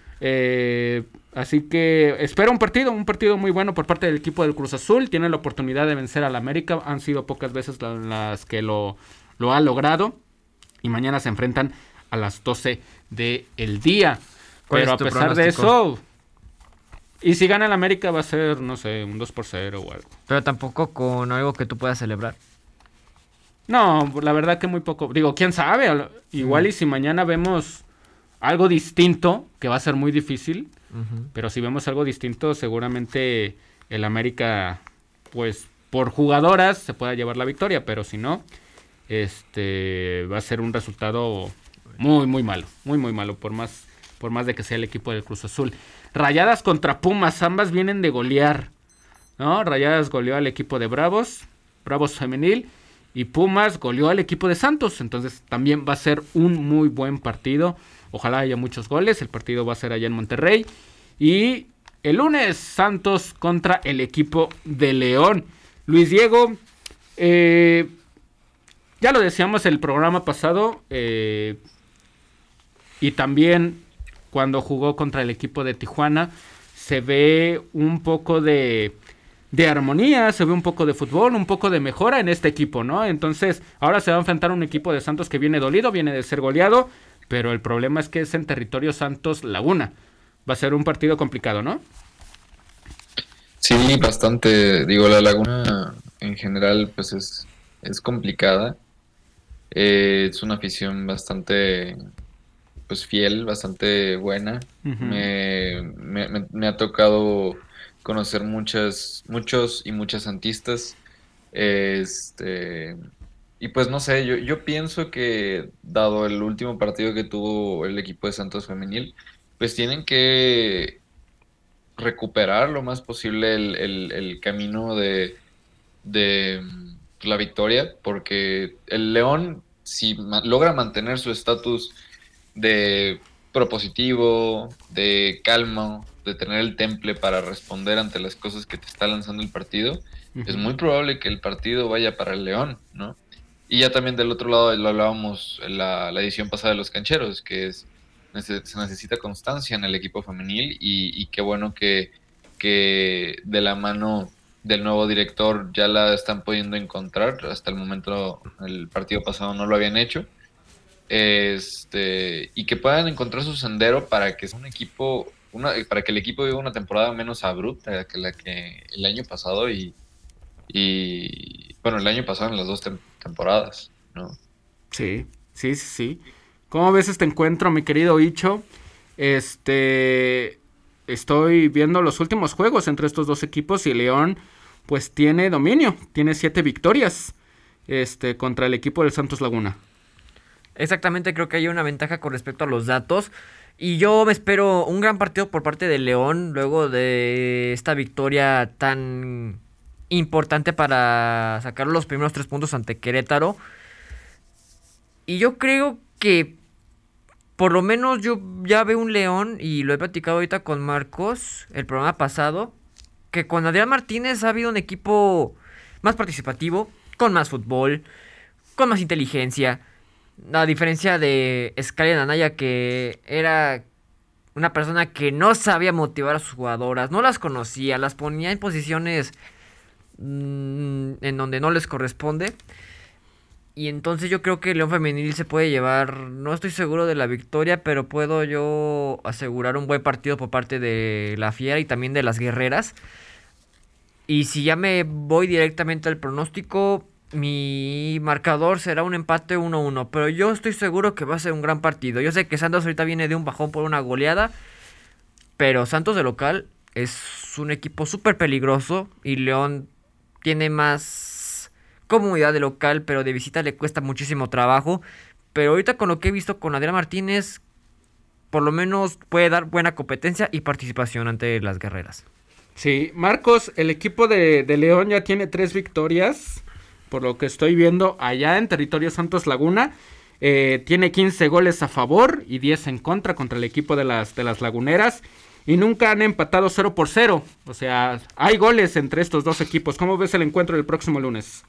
Así que espero un partido muy bueno por parte del equipo del Cruz Azul. Tiene la oportunidad de vencer al América. Han sido pocas veces las que lo ha logrado. Y mañana se enfrentan a las 12 del día. Pero a pesar de eso, y si gana el América va a ser, no sé, un 2-0 o algo. Pero tampoco con algo que tú puedas celebrar. No, la verdad que muy poco. Digo, quién sabe, igual y si mañana vemos algo distinto, que va a ser muy difícil, pero si vemos algo distinto, seguramente el América, pues, por jugadoras se pueda llevar la victoria, pero si no, va a ser un resultado muy, muy malo, muy, muy malo, por más de que sea el equipo del Cruz Azul. Rayadas contra Pumas, ambas vienen de golear, ¿no? Rayadas goleó al equipo de Bravos femenil, y Pumas goleó al equipo de Santos, entonces también va a ser un muy buen partido. Ojalá haya muchos goles. El partido va a ser allá en Monterrey. Y el lunes, Santos contra el equipo de León. Luis Diego, ya lo decíamos el programa pasado. Y también cuando jugó contra el equipo de Tijuana, se ve un poco de armonía, se ve un poco de fútbol, un poco de mejora en este equipo, ¿no? Entonces, ahora se va a enfrentar a un equipo de Santos que viene dolido, viene de ser goleado. Pero el problema es que es en territorio Santos Laguna. Va a ser un partido complicado, ¿no? Sí, bastante. Digo, la Laguna en general pues es es complicada. Es una afición bastante, pues fiel, bastante buena. Ujú. Me ha tocado conocer muchos y muchas santistas. Este, y pues no sé, yo pienso que dado el último partido que tuvo el equipo de Santos Femenil, pues tienen que recuperar lo más posible el camino de la victoria, porque el León, si logra mantener su estatus de propositivo, de calma, de tener el temple para responder ante las cosas que te está lanzando el partido, es muy probable que el partido vaya para el León, ¿no? Y ya también del otro lado lo hablábamos en la edición pasada de los Cancheros, que es se necesita constancia en el equipo femenil y qué bueno que de la mano del nuevo director ya la están pudiendo encontrar. Hasta el momento, el partido pasado no lo habían hecho. Y que puedan encontrar su sendero para que sea un equipo, para que el equipo viva una temporada menos abrupta que la que el año pasado y bueno, el año pasado en las dos temporadas, ¿no? Sí, sí, sí, sí. ¿Cómo ves este encuentro, mi querido Icho? Estoy viendo los últimos juegos entre estos dos equipos y León pues tiene dominio, tiene 7 victorias contra el equipo del Santos Laguna. Exactamente, creo que hay una ventaja con respecto a los datos. Y yo me espero un gran partido por parte de León luego de esta victoria tan importante para sacar los primeros 3 puntos ante Querétaro. Y yo creo que por lo menos yo ya veo un León, y lo he platicado ahorita con Marcos el programa pasado, que con Adrián Martínez ha habido un equipo más participativo, con más fútbol, con más inteligencia. A diferencia de Scarlett Anaya, que era una persona que no sabía motivar a sus jugadoras, no las conocía, las ponía en posiciones en donde no les corresponde. Y entonces yo creo que León Femenil se puede llevar, no estoy seguro de la victoria, pero puedo yo asegurar un buen partido por parte de la Fiera y también de las Guerreras. Y si ya me voy directamente al pronóstico, mi marcador será un empate 1-1, pero yo estoy seguro que va a ser un gran partido. Yo sé que Santos ahorita viene de un bajón por una goleada, pero Santos de local es un equipo súper peligroso y León tiene más comodidad de local, pero de visita le cuesta muchísimo trabajo. Pero ahorita con lo que he visto con Adrián Martínez, por lo menos puede dar buena competencia y participación ante las Guerreras. Sí, Marcos, el equipo de León ya tiene 3 victorias, por lo que estoy viendo allá en territorio Santos Laguna. Tiene 15 goles a favor y 10 en contra el equipo de las laguneras. Y nunca han empatado 0-0. O sea, hay goles entre estos dos equipos. ¿Cómo ves el encuentro del próximo lunes?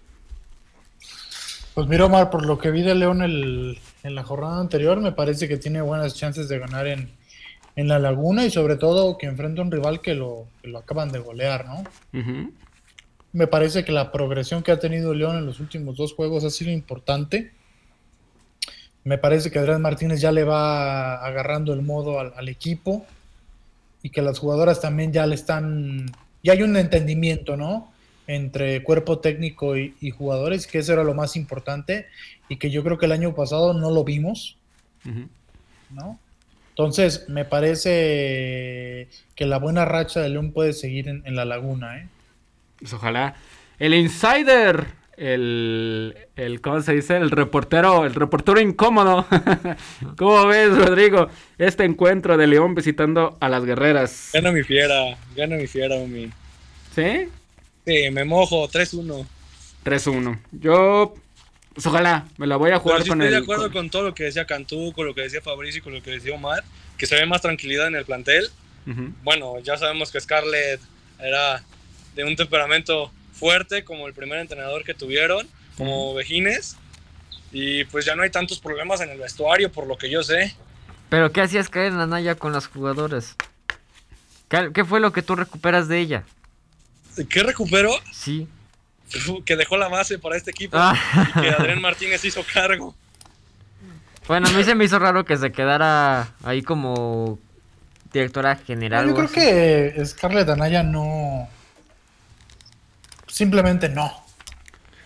Pues mira, Omar, por lo que vi de León en la jornada anterior, me parece que tiene buenas chances de ganar en la Laguna, y sobre todo que enfrenta a un rival que lo acaban de golear, ¿no? Uh-huh. Me parece que la progresión que ha tenido León en los últimos 2 juegos ha sido importante. Me parece que Adrián Martínez ya le va agarrando el modo al equipo, y que las jugadoras también ya hay un entendimiento, ¿no?, entre cuerpo técnico y jugadores, que eso era lo más importante, y que yo creo que el año pasado no lo vimos, uh-huh, ¿no? Entonces, me parece que la buena racha de León puede seguir en la Laguna, ¿eh? Pues ojalá. El insider, ¿cómo se dice? El reportero incómodo. ¿Cómo ves, Rodrigo? Este encuentro de León visitando a las Guerreras. Gana mi fiera, Omi. ¿Sí? Sí, me mojo, 3-1. 3-1. Yo, pues ojalá, me la voy a jugar con estoy de acuerdo con todo lo que decía Cantú, con lo que decía Fabricio y con lo que decía Omar, que se ve más tranquilidad en el plantel. Uh-huh. Bueno, ya sabemos que Scarlett era de un temperamento fuerte, como el primer entrenador que tuvieron, como Vejines, y pues ya no hay tantos problemas en el vestuario, por lo que yo sé. ¿Pero qué hacías caer en Anaya con las jugadoras? ¿Qué fue lo que tú recuperas de ella? ¿Qué recupero? Sí. Que dejó la base para este equipo y que Adrián Martínez hizo cargo. Bueno, a mí se me hizo raro que se quedara ahí como directora general. No, yo creo que Scarlett Anaya no... Simplemente no.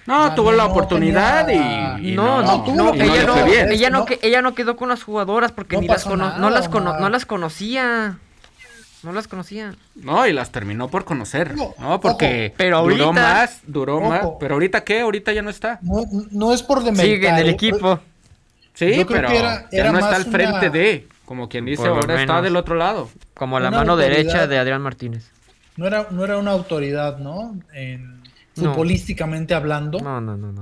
No, tuvo la oportunidad y No, tuvo la y no le fue bien. ella no quedó con las jugadoras porque No ni las pasó nada, no las Omar. conocía. No las conocía. No, y las terminó por conocer, No, ¿no? Porque ojo, pero duró ahorita- más. Ojo. Pero ¿ahorita qué? Ahorita ya no está. No es por demeritar. Sigue en el equipo. Sí, Yo creo pero que era ya no está más al frente una- de, como quien dice, Por lo ahora está menos. del otro lado. Como la Una mano autoridad. derecha de Adrián Martínez. No era una autoridad, ¿no? No. Futbolísticamente hablando. No.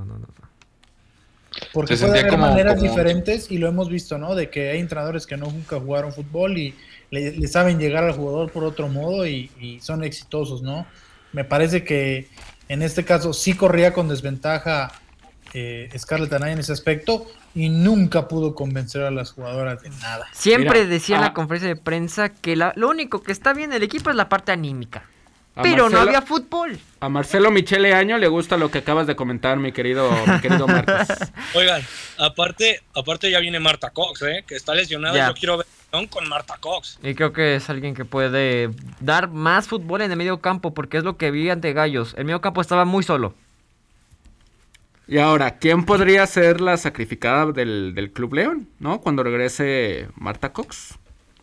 Porque Se puede sentía haber como- maneras como- diferentes y lo hemos visto, ¿no? De que hay entrenadores que nunca jugaron fútbol y le saben llegar al jugador por otro modo y son exitosos, ¿no? Me parece que en este caso sí corría con desventaja Scarlett Anaya en ese aspecto y nunca pudo convencer a las jugadoras de nada. Siempre Mira, decía en a- la conferencia de prensa que lo único que está bien del equipo es la parte anímica. A Pero no Marcelo- había fútbol. A Marcelo Michele Año le gusta lo que acabas de comentar, mi querido Marcos. Oigan, aparte ya viene Marta Cox, que está lesionada. Ya. Yo quiero ver con Marta Cox. Y creo que es alguien que puede dar más fútbol en el medio campo, porque es lo que vi ante Gallos. El medio campo estaba muy solo. Y ahora, ¿quién podría ser la sacrificada del Club León, ¿no? Cuando regrese Marta Cox.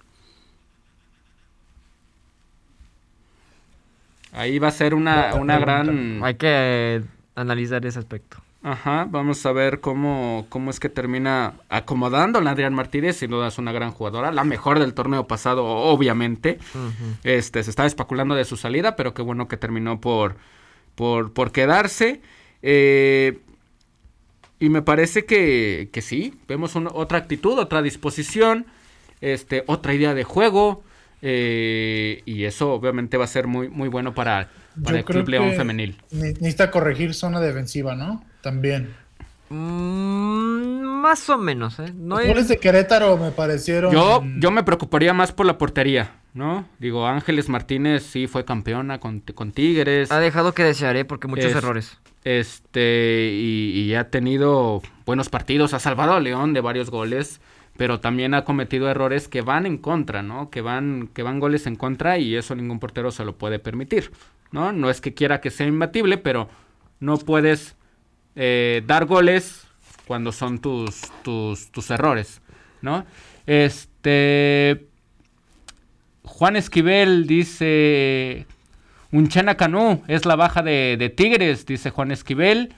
Ahí va a ser una gran... Hay que analizar ese aspecto. Ajá, vamos a ver cómo es que termina acomodándola Adrián Martínez. Sin duda es una gran jugadora, la mejor del torneo pasado, obviamente. Ujú. Se estaba especulando de su salida, pero qué bueno que terminó por quedarse. Y me parece que sí, vemos otra actitud, otra disposición, otra idea de juego. Y eso obviamente va a ser muy, muy bueno para Yo el creo Club León que femenil. Necesita corregir zona defensiva, ¿no? También. Más o menos, ¿eh? No Los hay- goles de Querétaro me parecieron... Yo me preocuparía más por la portería, ¿no? Digo, Ángeles Martínez sí fue campeona con Tigres. Ha dejado que desearé porque muchos Es- errores. Y ha tenido buenos partidos, ha salvado a León de varios goles, pero también ha cometido errores que van en contra, ¿no? Que van goles en contra y eso ningún portero se lo puede permitir, ¿no? No es que quiera que sea imbatible, pero no puedes dar goles cuando son tus errores, ¿no? Juan Esquivel dice... Unchana Canú es la baja de Tigres, dice Juan Esquivel.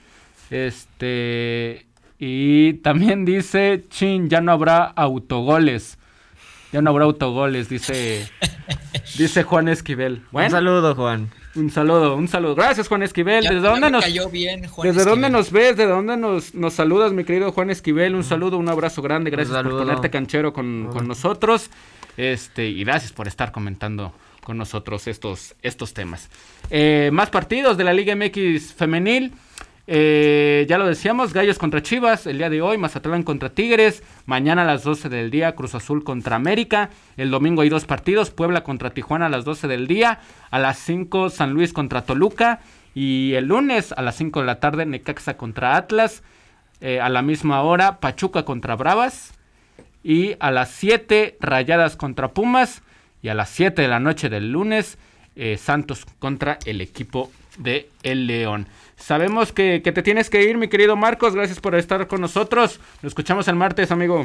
Y también dice, ya no habrá autogoles. Ya no habrá autogoles, dice Juan Esquivel. Bueno, Un saludo, Juan. un saludo. Gracias, Juan Esquivel. Ya- ¿Desde ya dónde me nos cayó bien, Juan ¿Desde dónde Esquivel. nos ves? ¿De dónde nos saludas, mi querido Juan Esquivel? Un saludo, un abrazo grande. Gracias por saludo. ponerte canchero con nosotros. Y gracias por estar comentando con nosotros estos temas. Más partidos de la Liga MX femenil. Ya lo decíamos, Gallos contra Chivas el día de hoy, Mazatlán contra Tigres, mañana a las 12 del día Cruz Azul contra América, el domingo hay 2 partidos, Puebla contra Tijuana a las 12 del día, a las 5 San Luis contra Toluca y el lunes a las 5 de la tarde Necaxa contra Atlas, a la misma hora Pachuca contra Bravas y a las 7 Rayadas contra Pumas y a las 7 de la noche del lunes Santos contra el equipo de El León. Sabemos que te tienes que ir, mi querido Marcos. Gracias por estar con nosotros. Nos escuchamos el martes, amigo.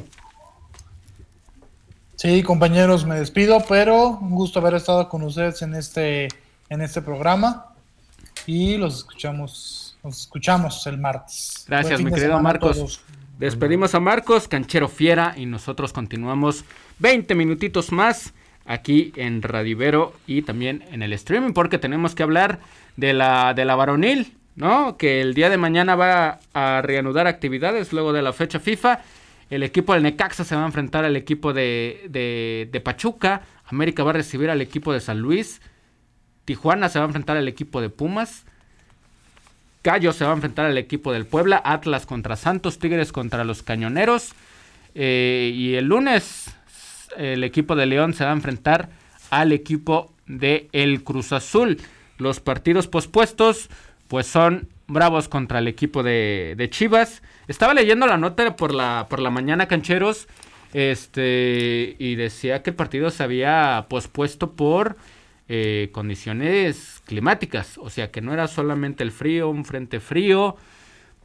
Sí, compañeros, me despido, pero un gusto haber estado con ustedes en este programa y los escuchamos el martes. Gracias, Buen fin mi de querido semana a Marcos. todos. Despedimos a Marcos, canchero fiera, y nosotros continuamos 20 minutitos más aquí en Radivero y también en el streaming, porque tenemos que hablar de la varonil, ¿no? Que el día de mañana va a reanudar actividades luego de la fecha FIFA. El equipo del Necaxa se va a enfrentar al equipo de Pachuca. América va a recibir al equipo de San Luis. Tijuana se va a enfrentar al equipo de Pumas. Gallos se va a enfrentar al equipo del Puebla. Atlas contra Santos. Tigres contra los Cañoneros. Y el lunes el equipo de León se va a enfrentar al equipo de el Cruz Azul. Los partidos pospuestos pues son Bravos contra el equipo de Chivas. Estaba leyendo la nota por la mañana, cancheros, y decía que el partido se había pospuesto por condiciones climáticas, o sea que no era solamente el frío, un frente frío,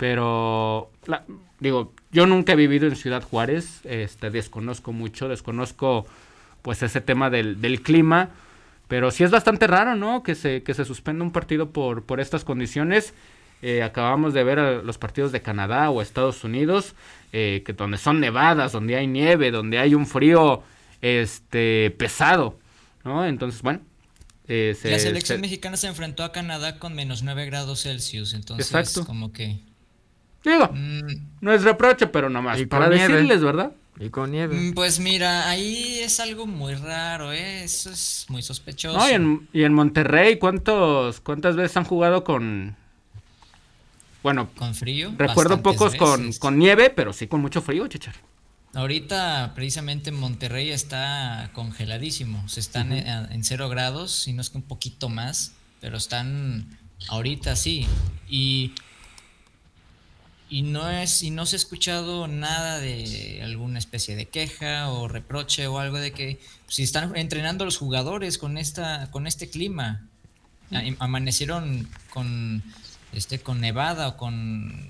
Pero, digo, yo nunca he vivido en Ciudad Juárez, desconozco pues ese tema del clima, pero sí es bastante raro, ¿no? Que se suspenda un partido por estas condiciones. Acabamos de ver los partidos de Canadá o Estados Unidos, que donde son nevadas, donde hay nieve, donde hay un frío pesado, ¿no? Entonces, bueno. La selección mexicana se enfrentó a Canadá con menos 9 grados Celsius, entonces exacto. como que... Digo, no es reproche, pero nomás para decirles, ¿verdad? Y con nieve. Pues mira, ahí es algo muy raro, eso es muy sospechoso. No, y en Monterrey, ¿cuántas veces han jugado con... Bueno, con frío? Recuerdo pocos con nieve, pero sí con mucho frío, Chichar. Ahorita precisamente Monterrey está congeladísimo, se están en 0 grados, y no es que un poquito más, pero están ahorita sí, y no se ha escuchado nada de alguna especie de queja o reproche o algo de que si están entrenando los jugadores con este clima, amanecieron con nevada o con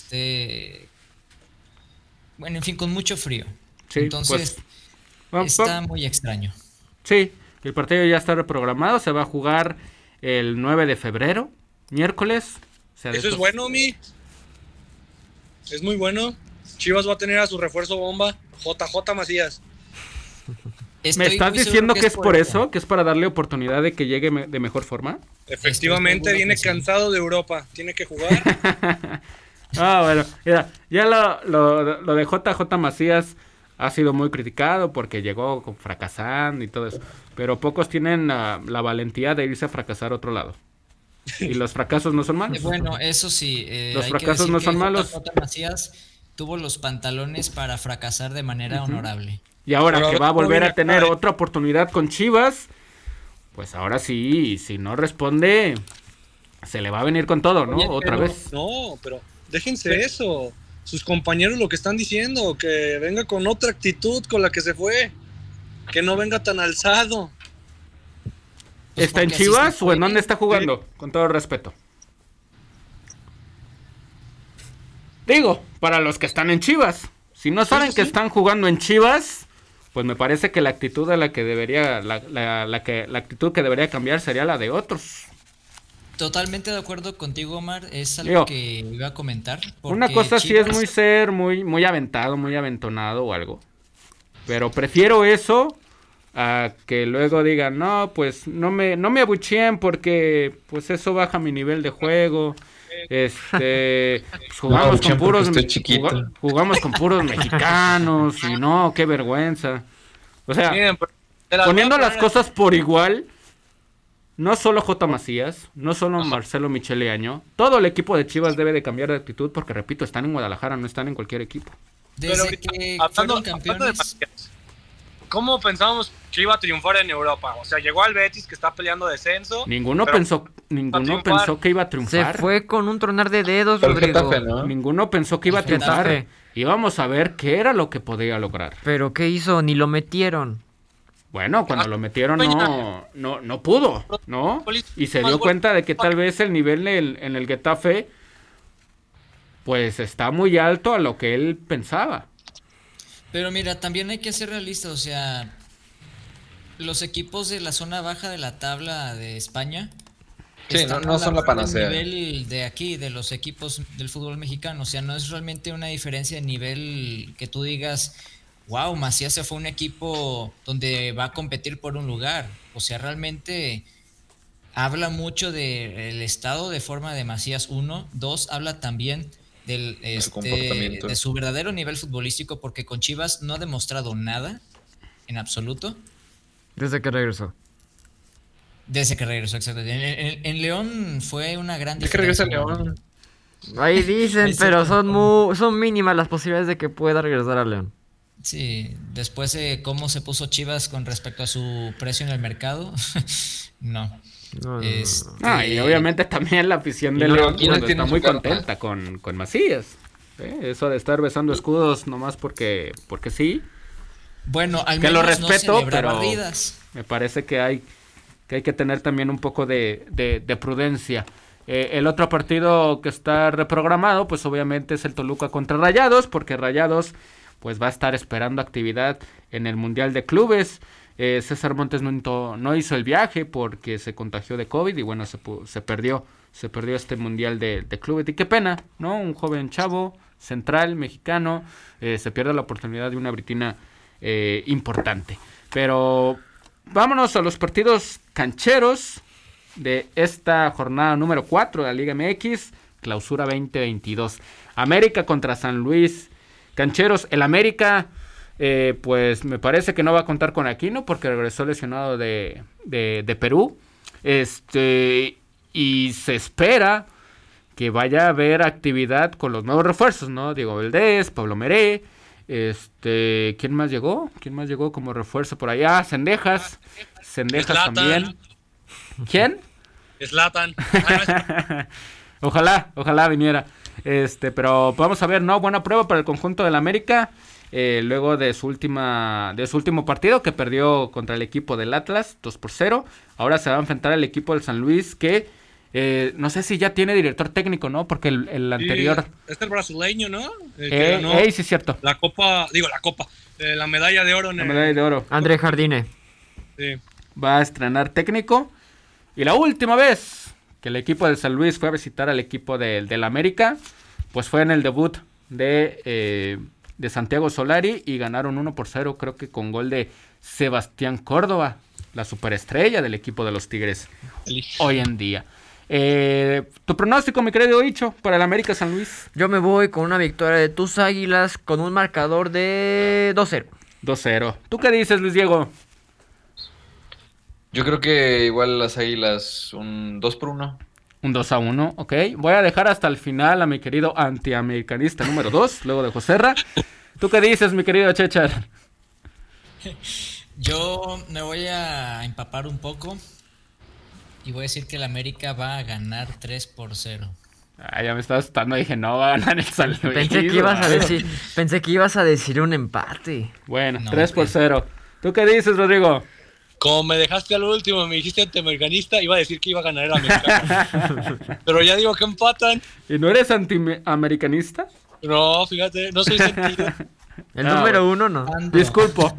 bueno, en fin, con mucho frío. Sí, entonces está muy extraño. Sí, el partido ya está reprogramado, se va a jugar el 9 de febrero, miércoles. Eso es bueno, es muy bueno. Chivas va a tener a su refuerzo bomba, JJ Macías. ¿Me estás diciendo que es por eso? ¿Que es para darle oportunidad de que llegue de mejor forma? Efectivamente, viene cansado de Europa, tiene que jugar. Bueno, mira, ya lo de JJ Macías ha sido muy criticado porque llegó fracasando y todo eso, pero pocos tienen la valentía de irse a fracasar a otro lado. Y los fracasos no son malos. Bueno, eso sí. Los fracasos no son malos. JJ Macías tuvo los pantalones para fracasar de manera honorable. Y ahora que va a volver a tener otra oportunidad con Chivas, pues ahora sí, si no responde, se le va a venir con todo, ¿no? Otra vez. No, pero déjense eso. Sus compañeros lo que están diciendo, que venga con otra actitud con la que se fue. Que no venga tan alzado. Pues ¿está en Chivas o en dónde está jugando? Sí. Con todo respeto. Digo, para los que están en Chivas. Si no saben que están jugando en Chivas, pues me parece que la actitud de la actitud que debería cambiar sería la de otros. Totalmente de acuerdo contigo, Omar. Es algo que iba a comentar. Una cosa Chivas... sí es muy aventado, muy aventonado o algo. Pero prefiero eso a que luego digan, no, pues no me abucheen porque pues eso baja mi nivel de juego. Pues jugamos con puros mexicanos y no, qué vergüenza. O sea, poniendo las cosas por igual, no solo J. Macías, no solo Marcelo Michele Año, todo el equipo de Chivas debe de cambiar de actitud porque, repito, están en Guadalajara, no están en cualquier equipo. Desde que fueron campeones... ¿Cómo pensábamos que iba a triunfar en Europa? O sea, llegó al Betis que está peleando descenso. Ninguno pensó que iba a triunfar. Se fue con un tronar de dedos, Rodrigo. Getafe, ¿no? Ninguno pensó que iba a triunfar. Íbamos a ver qué era lo que podía lograr. ¿Pero qué hizo? Ni lo metieron. Bueno, cuando lo metieron no pudo, ¿no? Y se dio cuenta de que tal vez el nivel en el Getafe pues está muy alto a lo que él pensaba. Pero mira, también hay que ser realistas, o sea, los equipos de la zona baja de la tabla de España no son la panacea. El nivel de aquí, de los equipos del fútbol mexicano, o sea, no es realmente una diferencia de nivel que tú digas, wow, Macías se fue a un equipo donde va a competir por un lugar, o sea, realmente habla mucho del estado de forma de Macías, 1, 2, habla también de su verdadero nivel futbolístico, porque con Chivas no ha demostrado nada en absoluto desde que regresó, exacto. En León fue una gran diferencia. ¿De que regresa León? Ahí dicen, pero son mínimas las posibilidades de que pueda regresar a León. Sí, después de cómo se puso Chivas con respecto a su precio en el mercado, no. Y obviamente también la afición de León está muy contenta con Macías. Eso de estar besando escudos nomás porque sí. Bueno, al que menos lo respeto, no pero barridas. Me parece que hay que tener también un poco de prudencia. El otro partido que está reprogramado, pues obviamente es el Toluca contra Rayados, porque Rayados pues va a estar esperando actividad en el Mundial de Clubes. César Montes no hizo el viaje porque se contagió de COVID y bueno, se perdió este Mundial de Clubes. Y qué pena, ¿no? Un joven chavo, central, mexicano, se pierde la oportunidad de una vitrina importante. Pero vámonos a los partidos cancheros de esta jornada número 4 de la Liga MX, clausura 2022. América contra San Luis. Cancheros, el América, pues me parece que no va a contar con Aquino porque regresó lesionado de Perú. Y se espera que vaya a haber actividad con los nuevos refuerzos, ¿no? Diego Valdés, Pablo Meré. ¿Quién más llegó? ¿Quién más llegó como refuerzo por allá? Cendejas Zlatan. También. ¿Quién? Zlatan. Ojalá viniera. Pero vamos a ver, ¿no? Buena prueba para el conjunto del América. Luego de su último partido que perdió contra el equipo del Atlas 2-0. Ahora se va a enfrentar al equipo del San Luis que no sé si ya tiene director técnico, ¿no? Porque el anterior... Es el brasileño, ¿no? Sí, es cierto. La medalla de oro. La medalla de oro. André Jardine. Sí. Va a estrenar técnico. Y la última vez que el equipo del San Luis fue a visitar al equipo del América, pues fue en el debut de Santiago Solari y ganaron 1-0, creo que con gol de Sebastián Córdoba, la superestrella del equipo de los Tigres hoy en día. Tu pronóstico, mi querido Icho, para el América San Luis. Yo me voy con una victoria de tus Águilas con un marcador de 2-0. 2-0. ¿Tú qué dices, Luis Diego? Yo creo que igual las Águilas, un 2-1. Un 2-1, ok. Voy a dejar hasta el final a mi querido antiamericanista número 2, luego de Joserra. ¿Tú qué dices, mi querido Chechar? Yo me voy a empapar un poco y voy a decir que el América va a ganar 3-0. Ya me estaba asustando, dije, no, va a ganar el San Luis. Pensé que ibas a decir un empate. Bueno, No, 3-0. ¿Tú qué dices, Rodrigo? Como me dejaste al último, me dijiste antiamericanista, iba a decir que iba a ganar el americano. Pero ya digo que empatan. ¿Y no eres antiamericanista? No, fíjate, no soy sentido. El número 1 no. Disculpo.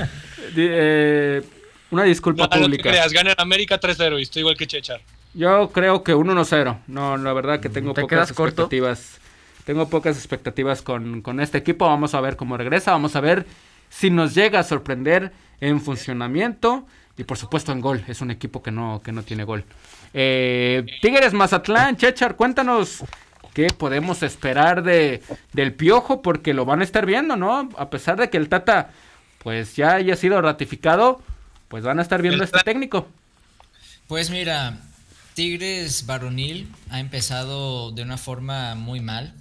Una disculpa No pública. te creas, gana el América 3-0 y estoy igual que Chechar. Yo creo que un 1-0. No, la verdad que tengo ¿Te pocas quedas corto? expectativas. Tengo pocas expectativas con este equipo. Vamos a ver cómo regresa. Vamos a ver si nos llega a sorprender en funcionamiento y por supuesto en gol. Es un equipo que no tiene gol. Tigres Mazatlán, Chechar, cuéntanos qué podemos esperar del Piojo, porque lo van a estar viendo, ¿no? A pesar de que el Tata pues ya haya sido ratificado, pues van a estar viendo a este técnico. Pues mira, Tigres varonil ha empezado de una forma muy mal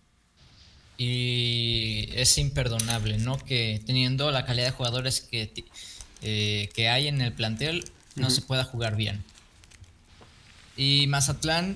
y es imperdonable, ¿no? Que teniendo la calidad de jugadores que hay en el plantel no se pueda jugar bien. Y Mazatlán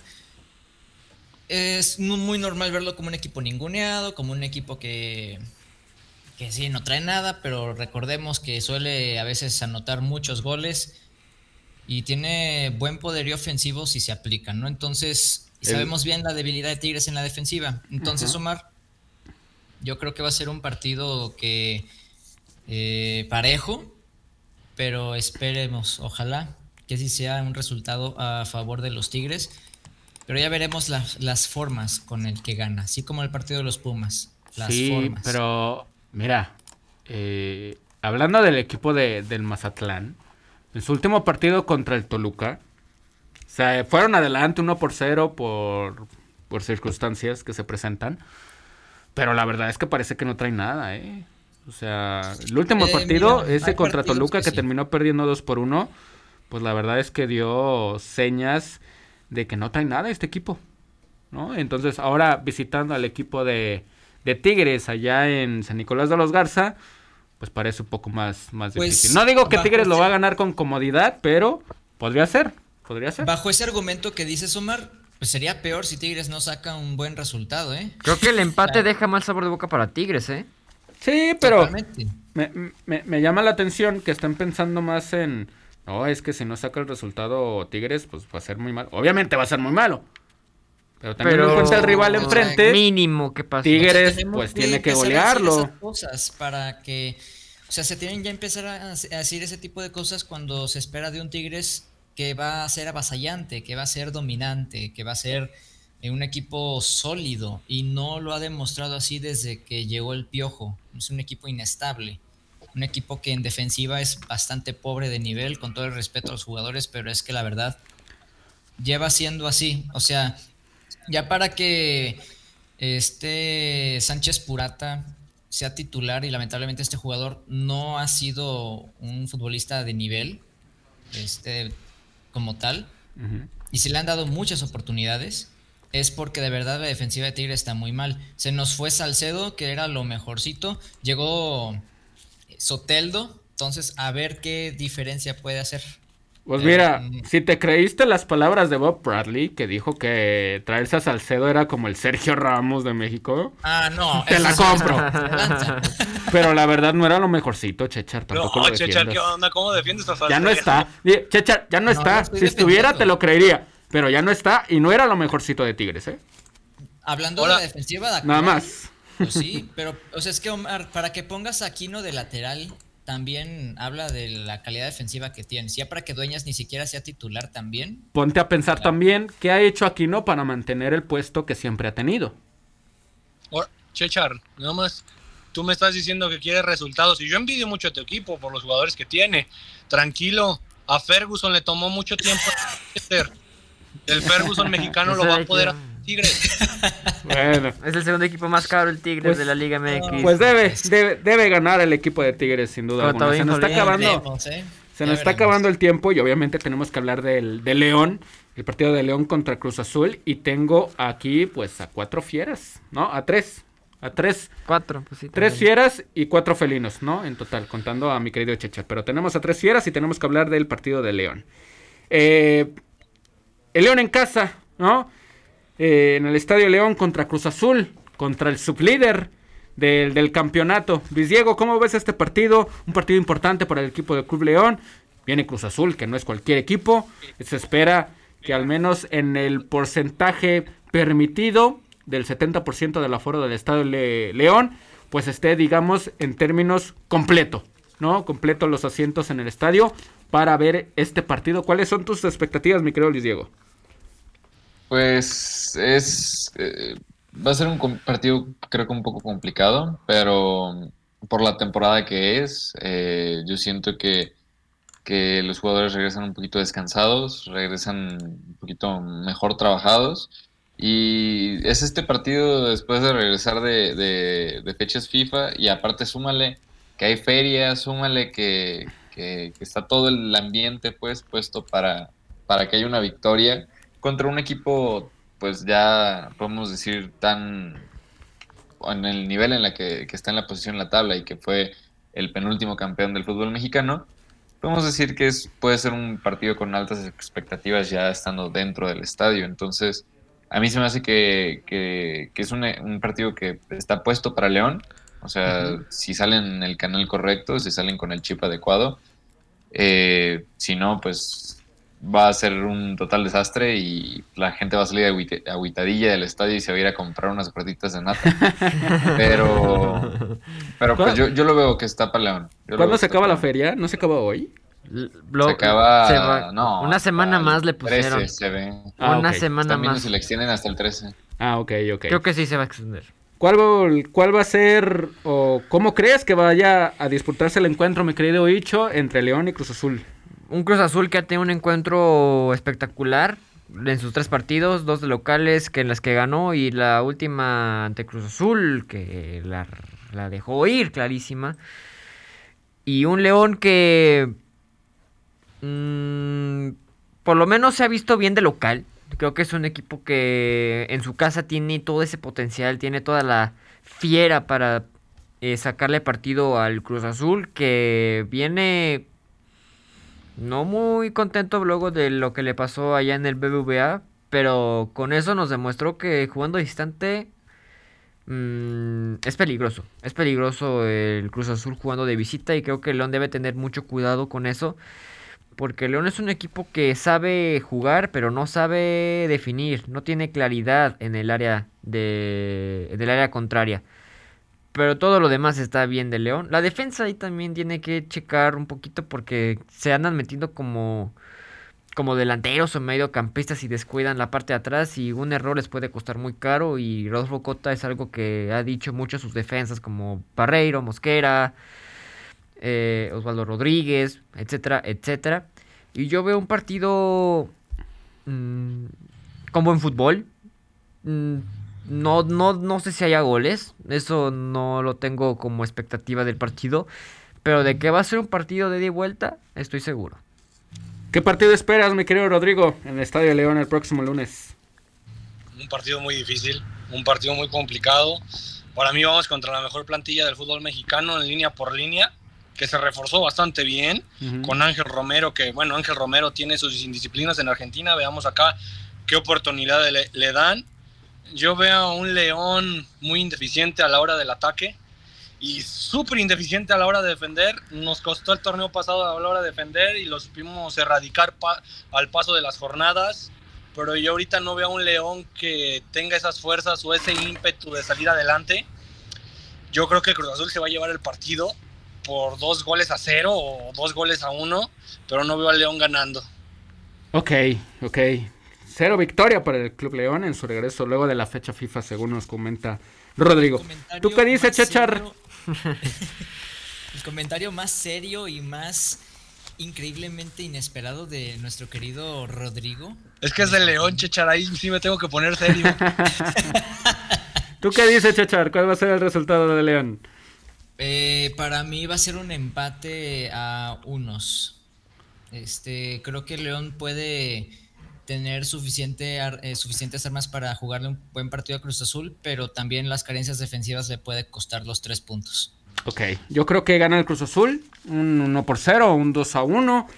es muy normal verlo como un equipo ninguneado, como un equipo que sí, no trae nada, pero recordemos que suele a veces anotar muchos goles y tiene buen poderío ofensivo si se aplican, ¿no? Entonces, sabemos bien la debilidad de Tigres en la defensiva. Entonces, Omar, yo creo que va a ser un partido que parejo, pero esperemos, ojalá que sí sea un resultado a favor de los Tigres, pero ya veremos las formas con el que gana, así como el partido de los Pumas, las formas. Pero mira, hablando del equipo del Mazatlán, en su último partido contra el Toluca, o sea, fueron adelante 1-0 por circunstancias que se presentan, pero la verdad es que parece que no trae nada, ¿eh? O sea, el último partido, mira, ese contra Toluca que sí terminó perdiendo 2-1, pues la verdad es que dio señas de que no trae nada este equipo, ¿no? Entonces ahora visitando al equipo de Tigres allá en San Nicolás de los Garza, pues parece un poco más difícil. No digo que Tigres lo va a ganar con comodidad, pero podría ser. Bajo ese argumento que dices, Omar, pues sería peor si Tigres no saca un buen resultado, ¿eh? Creo que el empate deja mal sabor de boca para Tigres, ¿eh? Sí, pero Totalmente. me llama la atención que estén pensando más en No, es que si no saca el resultado Tigres, pues va a ser muy malo. Obviamente va a ser muy malo. Pero también en cuenta el rival enfrente. Mínimo que pasa. Tigres, pues tiene que golearlo. Esas cosas para que, o sea, se tienen ya empezar a decir ese tipo de cosas cuando se espera de un Tigres que va a ser avasallante, que va a ser dominante, que va a ser un equipo sólido, y no lo ha demostrado así desde que llegó el Piojo. Es un equipo inestable, un equipo que en defensiva es bastante pobre de nivel, con todo el respeto a los jugadores, pero es que la verdad lleva siendo así. O sea, ya para que Sánchez Purata sea titular, y lamentablemente este jugador no ha sido un futbolista de nivel como tal, y se le han dado muchas oportunidades, es porque de verdad la defensiva de Tigre está muy mal. Se nos fue Salcedo, que era lo mejorcito, llegó Soteldo, entonces a ver qué diferencia puede hacer. Pues mira, si te creíste las palabras de Bob Bradley, que dijo que traerse a Salcedo era como el Sergio Ramos de México. No, te la compro. Pero la verdad no era lo mejorcito, Chechar. Tampoco lo Chechar, ¿qué onda? ¿Cómo defiendes a Salcedo? Ya no está. Chechar, ya no está. Si estuviera te lo creería. Pero ya no está y no era lo mejorcito de Tigres, ¿eh? Hablando de la defensiva, de nada más. Pues sí, pero, o sea, es que Omar, para que pongas a Aquino de lateral, también habla de la calidad defensiva que tienes. Ya para que Dueñas ni siquiera sea titular también. Ponte a pensar también qué ha hecho Aquino para mantener el puesto que siempre ha tenido. Chechar, nada más, tú me estás diciendo que quieres resultados y yo envidio mucho a tu equipo por los jugadores que tiene. Tranquilo, a Ferguson le tomó mucho tiempo. El Ferguson mexicano lo va a poder hacer Tigres. Bueno. Es el segundo equipo más caro el Tigres de la Liga MX. Pues debe ganar el equipo de Tigres, sin duda alguna. Se nos está acabando. Se nos está acabando el tiempo y obviamente tenemos que hablar de León, el partido de León contra Cruz Azul, y tengo aquí pues a 4 fieras, ¿no? A 3. 4, pues sí. 3 fieras y 4 felinos, ¿no? En total, contando a mi querido Chechar. Pero tenemos a 3 fieras y tenemos que hablar del partido de León. El León en casa, ¿no? En el Estadio León contra Cruz Azul, contra el sublíder del campeonato. Luis Diego, ¿cómo ves este partido? Un partido importante para el equipo del Club León. Viene Cruz Azul, que no es cualquier equipo. Se espera que al menos en el porcentaje permitido del 70% del aforo del Estadio León, pues esté, digamos, en términos completo, ¿no? Completo los asientos en el estadio para ver este partido. ¿Cuáles son tus expectativas, mi querido Luis Diego? Pues va a ser un partido creo que un poco complicado, pero por la temporada que es, yo siento que los jugadores regresan un poquito descansados, regresan un poquito mejor trabajados, y es este partido después de regresar de fechas FIFA, y aparte súmale que hay ferias, súmale que está todo el ambiente pues puesto para que haya una victoria contra un equipo, pues ya podemos decir tan en el nivel en la que está en la posición en la tabla y que fue el penúltimo campeón del fútbol mexicano. Podemos decir que puede ser un partido con altas expectativas ya estando dentro del estadio. Entonces, a mí se me hace que es un partido que está puesto para León. O sea, si salen en el canal correcto, si salen con el chip adecuado. Si no, pues va a ser un total desastre y la gente va a salir agüitadilla del estadio y se va a ir a comprar unas gorditas de nata. Pero pues yo lo veo que está para León. ¿Cuándo se acaba la feria? ¿No se acaba hoy? Se acaba... No, una semana más le pusieron. 13 se ve. Una semana También más. se le extienden hasta el 13. Ok. Creo que sí se va a extender. ¿Cuál va a ser o cómo crees que vaya a disputarse el encuentro, mi querido Icho, entre León y Cruz Azul? Un Cruz Azul que ha tenido un encuentro espectacular en sus 3 partidos, 2 de locales en las que ganó, y la última ante Cruz Azul que la dejó ir clarísima. Y un León que por lo menos se ha visto bien de local. Creo que es un equipo que en su casa tiene todo ese potencial, tiene toda la fiera para sacarle partido al Cruz Azul, que viene no muy contento luego de lo que le pasó allá en el BBVA, pero con eso nos demostró que jugando distante es peligroso. Es peligroso el Cruz Azul jugando de visita, y creo que León debe tener mucho cuidado con eso. Porque León es un equipo que sabe jugar, pero no sabe definir, no tiene claridad en el área del área contraria. Pero todo lo demás está bien de León. La defensa ahí también tiene que checar un poquito porque se andan metiendo como delanteros o mediocampistas y descuidan la parte de atrás y un error les puede costar muy caro. Y Rodolfo Cota es algo que ha dicho mucho a sus defensas como Barreiro, Mosquera, Osvaldo Rodríguez, etcétera, etcétera. Y yo veo un partido con buen fútbol. No sé si haya goles, eso no lo tengo como expectativa del partido, pero de que va a ser un partido de ida y vuelta, estoy seguro. ¿Qué partido esperas, mi querido Rodrigo, en el Estadio León el próximo lunes? Un partido muy difícil, un partido muy complicado. Para mí vamos contra la mejor plantilla del fútbol mexicano en línea por línea, que se reforzó bastante bien, con Ángel Romero, que bueno, Ángel Romero tiene sus indisciplinas en Argentina, veamos acá qué oportunidad le dan. Yo veo a un León muy indeficiente a la hora del ataque y súper indeficiente a la hora de defender. Nos costó el torneo pasado a la hora de defender y lo supimos erradicar al paso de las jornadas. Pero yo ahorita no veo a un León que tenga esas fuerzas o ese ímpetu de salir adelante. Yo creo que Cruz Azul se va a llevar el partido por 2-0 o 2-1, pero no veo al León ganando. Ok. 0 victoria para el Club León en su regreso luego de la fecha FIFA, según nos comenta Rodrigo. ¿Tú qué dices, Chechar? El comentario más serio y más increíblemente inesperado de nuestro querido Rodrigo. Es que es de León, Chechar, ahí sí me tengo que poner serio. ¿Tú qué dices, Chechar? ¿Cuál va a ser el resultado de León? Para mí va a ser un empate a unos. Creo que León puede tener suficientes armas para jugarle un buen partido a Cruz Azul, pero también las carencias defensivas le puede costar los 3 puntos. Ok, yo creo que gana el Cruz Azul, un 1-0, un 2-1,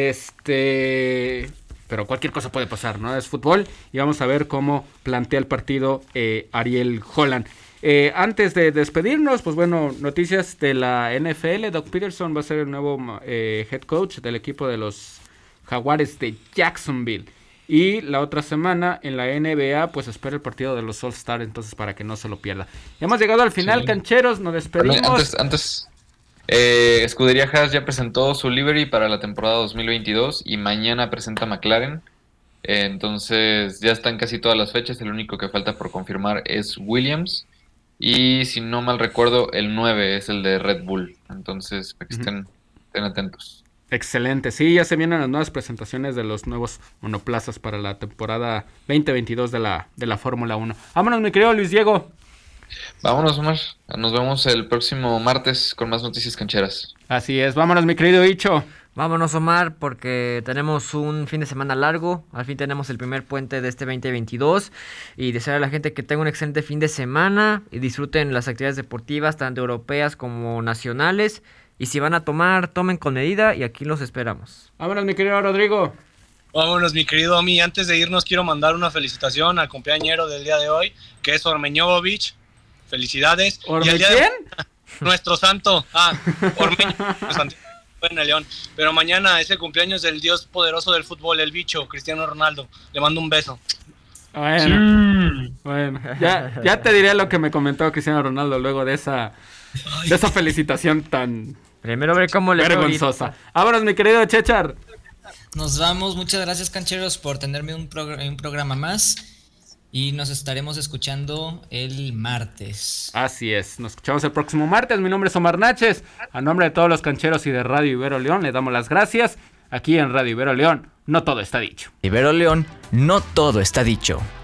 pero cualquier cosa puede pasar, ¿no? Es fútbol y vamos a ver cómo plantea el partido Ariel Holland. Antes de despedirnos, pues bueno, noticias de la NFL. Doug Peterson va a ser el nuevo head coach del equipo de los Jaguares de Jacksonville. Y la otra semana en la NBA, pues espera el partido de los All-Star, entonces para que no se lo pierda. Hemos llegado al final, sí. Cancheros, nos despedimos. Antes Escudería Haas ya presentó su livery para la temporada 2022 y mañana presenta McLaren. Entonces ya están casi todas las fechas, el único que falta por confirmar es Williams. Y si no mal recuerdo, el 9 es el de Red Bull. Entonces, para que estén atentos. Excelente, sí, ya se vienen las nuevas presentaciones de los nuevos monoplazas para la temporada 2022 de la Fórmula 1. Vámonos, mi querido Luis Diego. Vámonos, Omar. Nos vemos el próximo martes con más noticias cancheras. Así es, vámonos, mi querido Icho. Vámonos, Omar, porque tenemos un fin de semana largo. Al fin tenemos el primer puente de este 2022. Y desear a la gente que tenga un excelente fin de semana y disfruten las actividades deportivas, tanto europeas como nacionales. Y si van a tomar, tomen con medida y aquí los esperamos. Vámonos, mi querido Rodrigo. Vámonos, mi querido Omi. Antes de irnos, quiero mandar una felicitación al cumpleañero del día de hoy, que es Ormeñovic. Felicidades. ¿Orme quién? Nuestro santo. Ormeño. En el León. Pero mañana es el cumpleaños del dios poderoso del fútbol, el bicho, Cristiano Ronaldo. Le mando un beso. Bueno, ya te diré lo que me comentó Cristiano Ronaldo luego de esa felicitación tan primero ver cómo le vergonzosa. Vámonos, mi querido Chechar. Nos vamos, muchas gracias, cancheros, por tenerme un programa más. Y nos estaremos escuchando el martes. Así es, nos escuchamos el próximo martes. Mi nombre es Omar Náchez. A nombre de todos los cancheros y de Radio Ibero León, le damos las gracias. Aquí en Radio Ibero León, no todo está dicho. Ibero León, no todo está dicho.